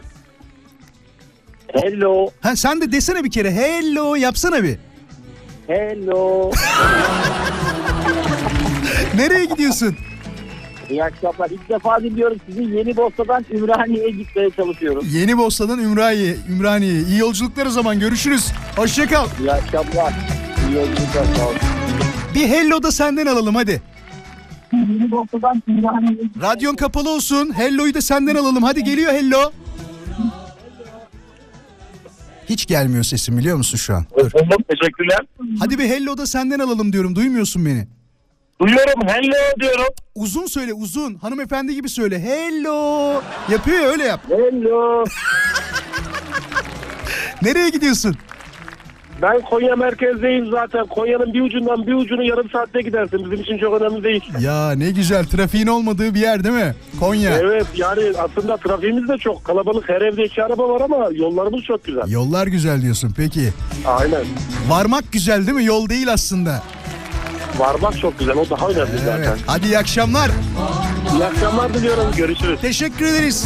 Speaker 16: Hello.
Speaker 3: Ha, sen de desene bir kere. Hello yapsana bir.
Speaker 16: Hello.
Speaker 3: Nereye gidiyorsun?
Speaker 16: İyi akşamlar. İlk defa dinliyorum sizi. Yeni Bosna'dan Ümraniye'ye gitmeye çalışıyorum.
Speaker 3: Yeni Bosna'dan Ümraniye. İyi yolculuklar o zaman. Görüşürüz. Hoşça kal.
Speaker 16: İyi akşamlar. İyi yolculuklar. Sağ olun.
Speaker 3: Bir hello da senden alalım hadi. Radyon kapalı olsun. Hello'yu da senden alalım. Hadi, geliyor hello. Hiç gelmiyor sesim, biliyor musun şu an? Dur.
Speaker 9: Teşekkürler.
Speaker 3: Hadi bir hello da senden alalım diyorum. Duymuyorsun beni.
Speaker 9: Duyuyorum, hello diyorum.
Speaker 3: Uzun söyle, uzun. Hanımefendi gibi söyle. Hello. Yapıyor ya, öyle yap.
Speaker 9: Hello.
Speaker 3: Nereye gidiyorsun?
Speaker 9: Ben Konya merkezdeyim zaten. Konya'nın bir ucundan bir ucunu yarım saatte gidersin. Bizim için çok önemli değil.
Speaker 3: Ya ne güzel, trafiğin olmadığı bir yer değil mi? Konya.
Speaker 9: Evet, yani aslında trafiğimiz de çok kalabalık. Her evde 2 araba var ama yollarımız çok güzel.
Speaker 3: Yollar güzel diyorsun peki.
Speaker 9: Aynen.
Speaker 3: Varmak güzel değil mi? Yol değil aslında.
Speaker 9: Varmak çok güzel. O daha önemli zaten.
Speaker 3: Hadi iyi akşamlar.
Speaker 9: İyi akşamlar diliyorum. Görüşürüz.
Speaker 3: Teşekkür ederiz.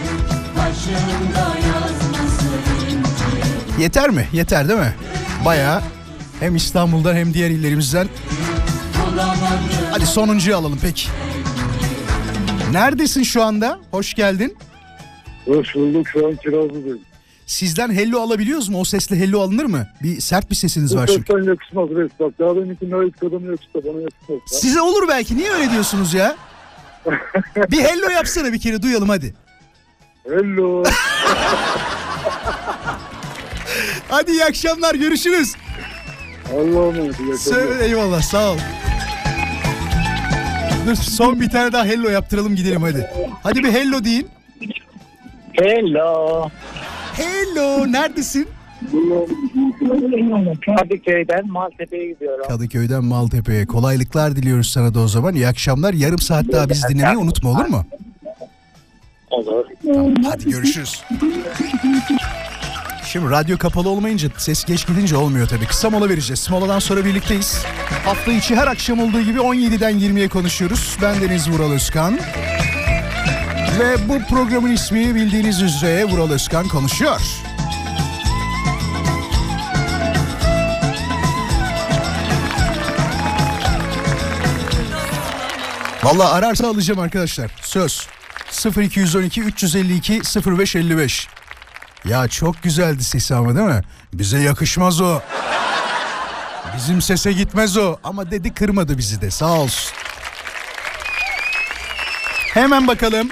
Speaker 3: Yeter mi? Yeter değil mi? Bayağı hem İstanbul'dan hem diğer illerimizden. Hadi sonuncuyu alalım peki. Neredesin şu anda? Hoş geldin.
Speaker 17: Hoş bulduk, şu an Kirazlı'dayım.
Speaker 3: Sizden hello alabiliyoruz mu? O sesle hello alınır mı? Bir sert bir sesiniz var çünkü.
Speaker 17: Bu sesten yakışmaz reis, bak daha benimkine ait kadını yakıştı, bana yakışmaz.
Speaker 3: Size olur belki, niye öyle diyorsunuz ya? Bir hello yapsana bir kere, duyalım hadi.
Speaker 17: Hello.
Speaker 3: Hadi iyi akşamlar, görüşürüz.
Speaker 17: Allah'ım emanet.
Speaker 3: Eyvallah, sağ ol. Dur, son bir tane daha hello yaptıralım, gidelim hadi. Hadi bir hello deyin.
Speaker 16: Hello.
Speaker 3: Hello, neredesin?
Speaker 16: Kadıköy'den Maltepe'ye gidiyorum.
Speaker 3: Kadıköy'den Maltepe'ye. Kolaylıklar diliyoruz sana da o zaman. İyi akşamlar. Yarım saat daha bizi dinlemeyi unutma, olur mu?
Speaker 16: Olur.
Speaker 3: Tamam, hadi görüşürüz. Şimdi radyo kapalı olmayınca, ses geç gidince olmuyor tabii. Kısa mola vereceğiz. Moladan sonra birlikteyiz. Hafta içi her akşam olduğu gibi 17'den 20'ye konuşuyoruz. Ben Deniz Vural Özkan. Ve bu programın ismi bildiğiniz üzere Vural Özkan konuşuyor. Vallahi ararsa alacağım arkadaşlar. Söz. 0212 352 0555. Ya çok güzeldi sesi ama değil mi? Bize yakışmaz o. Bizim sese gitmez o. Ama dedi, kırmadı bizi de, sağ olsun. Hemen bakalım.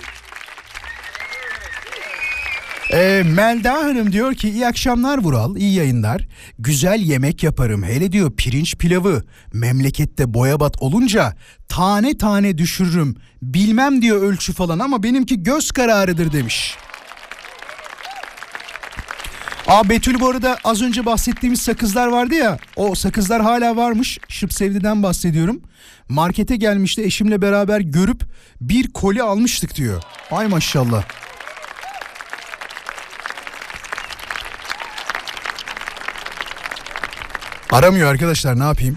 Speaker 3: Melda Hanım diyor ki iyi akşamlar Vural, iyi yayınlar. Güzel yemek yaparım, hele diyor pirinç pilavı. Memlekette boyabat olunca tane tane düşürürüm. Bilmem diyor ölçü falan ama benimki göz kararıdır demiş. Betül, bu arada az önce bahsettiğimiz sakızlar vardı ya, o sakızlar hala varmış. Şıpsevdi'den bahsediyorum. Markete gelmişti, eşimle beraber görüp bir koli almıştık diyor. Ay maşallah. Aramıyor arkadaşlar, ne yapayım?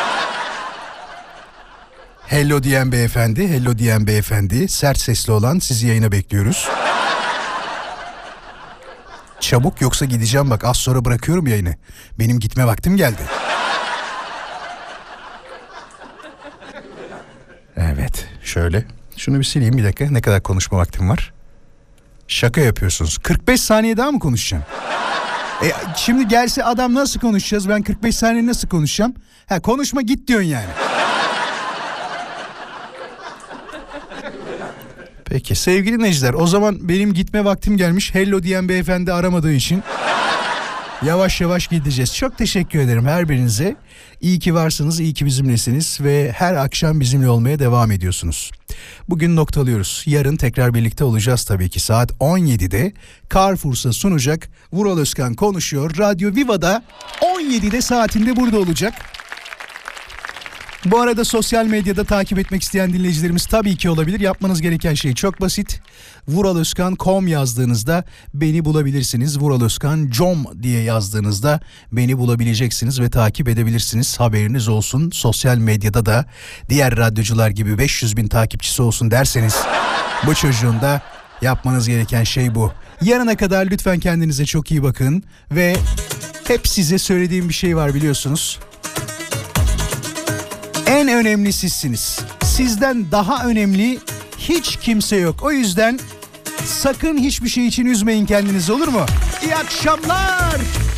Speaker 3: Hello diyen beyefendi, hello diyen beyefendi. Sert sesli olan, sizi yayına bekliyoruz. Çabuk, yoksa gideceğim bak, az sonra bırakıyorum yayını. Benim gitme vaktim geldi. Evet, şöyle. Şunu bir sileyim bir dakika, ne kadar konuşma vaktim var? Şaka yapıyorsunuz. 45 saniye daha mı konuşacağım? Şimdi gelse adam nasıl konuşacağız? Ben 45 saniye nasıl konuşacağım? Konuşma git diyorsun yani. Peki sevgili dinleyiciler, o zaman benim gitme vaktim gelmiş. Hello diyen beyefendi aramadığı için yavaş yavaş gideceğiz. Çok teşekkür ederim her birinize. İyi ki varsınız, iyi ki bizimlesiniz ve her akşam bizimle olmaya devam ediyorsunuz. Bugün noktalıyoruz. Yarın tekrar birlikte olacağız tabii ki. Saat 17'de Carrefour'sa sunacak Vural Özkan konuşuyor. Radyo Viva'da 17'de saatinde burada olacak. Bu arada sosyal medyada takip etmek isteyen dinleyicilerimiz tabii ki olabilir. Yapmanız gereken şey çok basit. vuralozkan.com yazdığınızda beni bulabilirsiniz. vuralozkan.com diye yazdığınızda beni bulabileceksiniz ve takip edebilirsiniz. Haberiniz olsun. Sosyal medyada da diğer radyocular gibi 500.000 takipçisi olsun derseniz bu çocuğun da yapmanız gereken şey bu. Yarına kadar lütfen kendinize çok iyi bakın ve hep size söylediğim bir şey var biliyorsunuz. En önemli sizsiniz. Sizden daha önemli hiç kimse yok. O yüzden sakın hiçbir şey için üzmeyin kendinizi, olur mu? İyi akşamlar.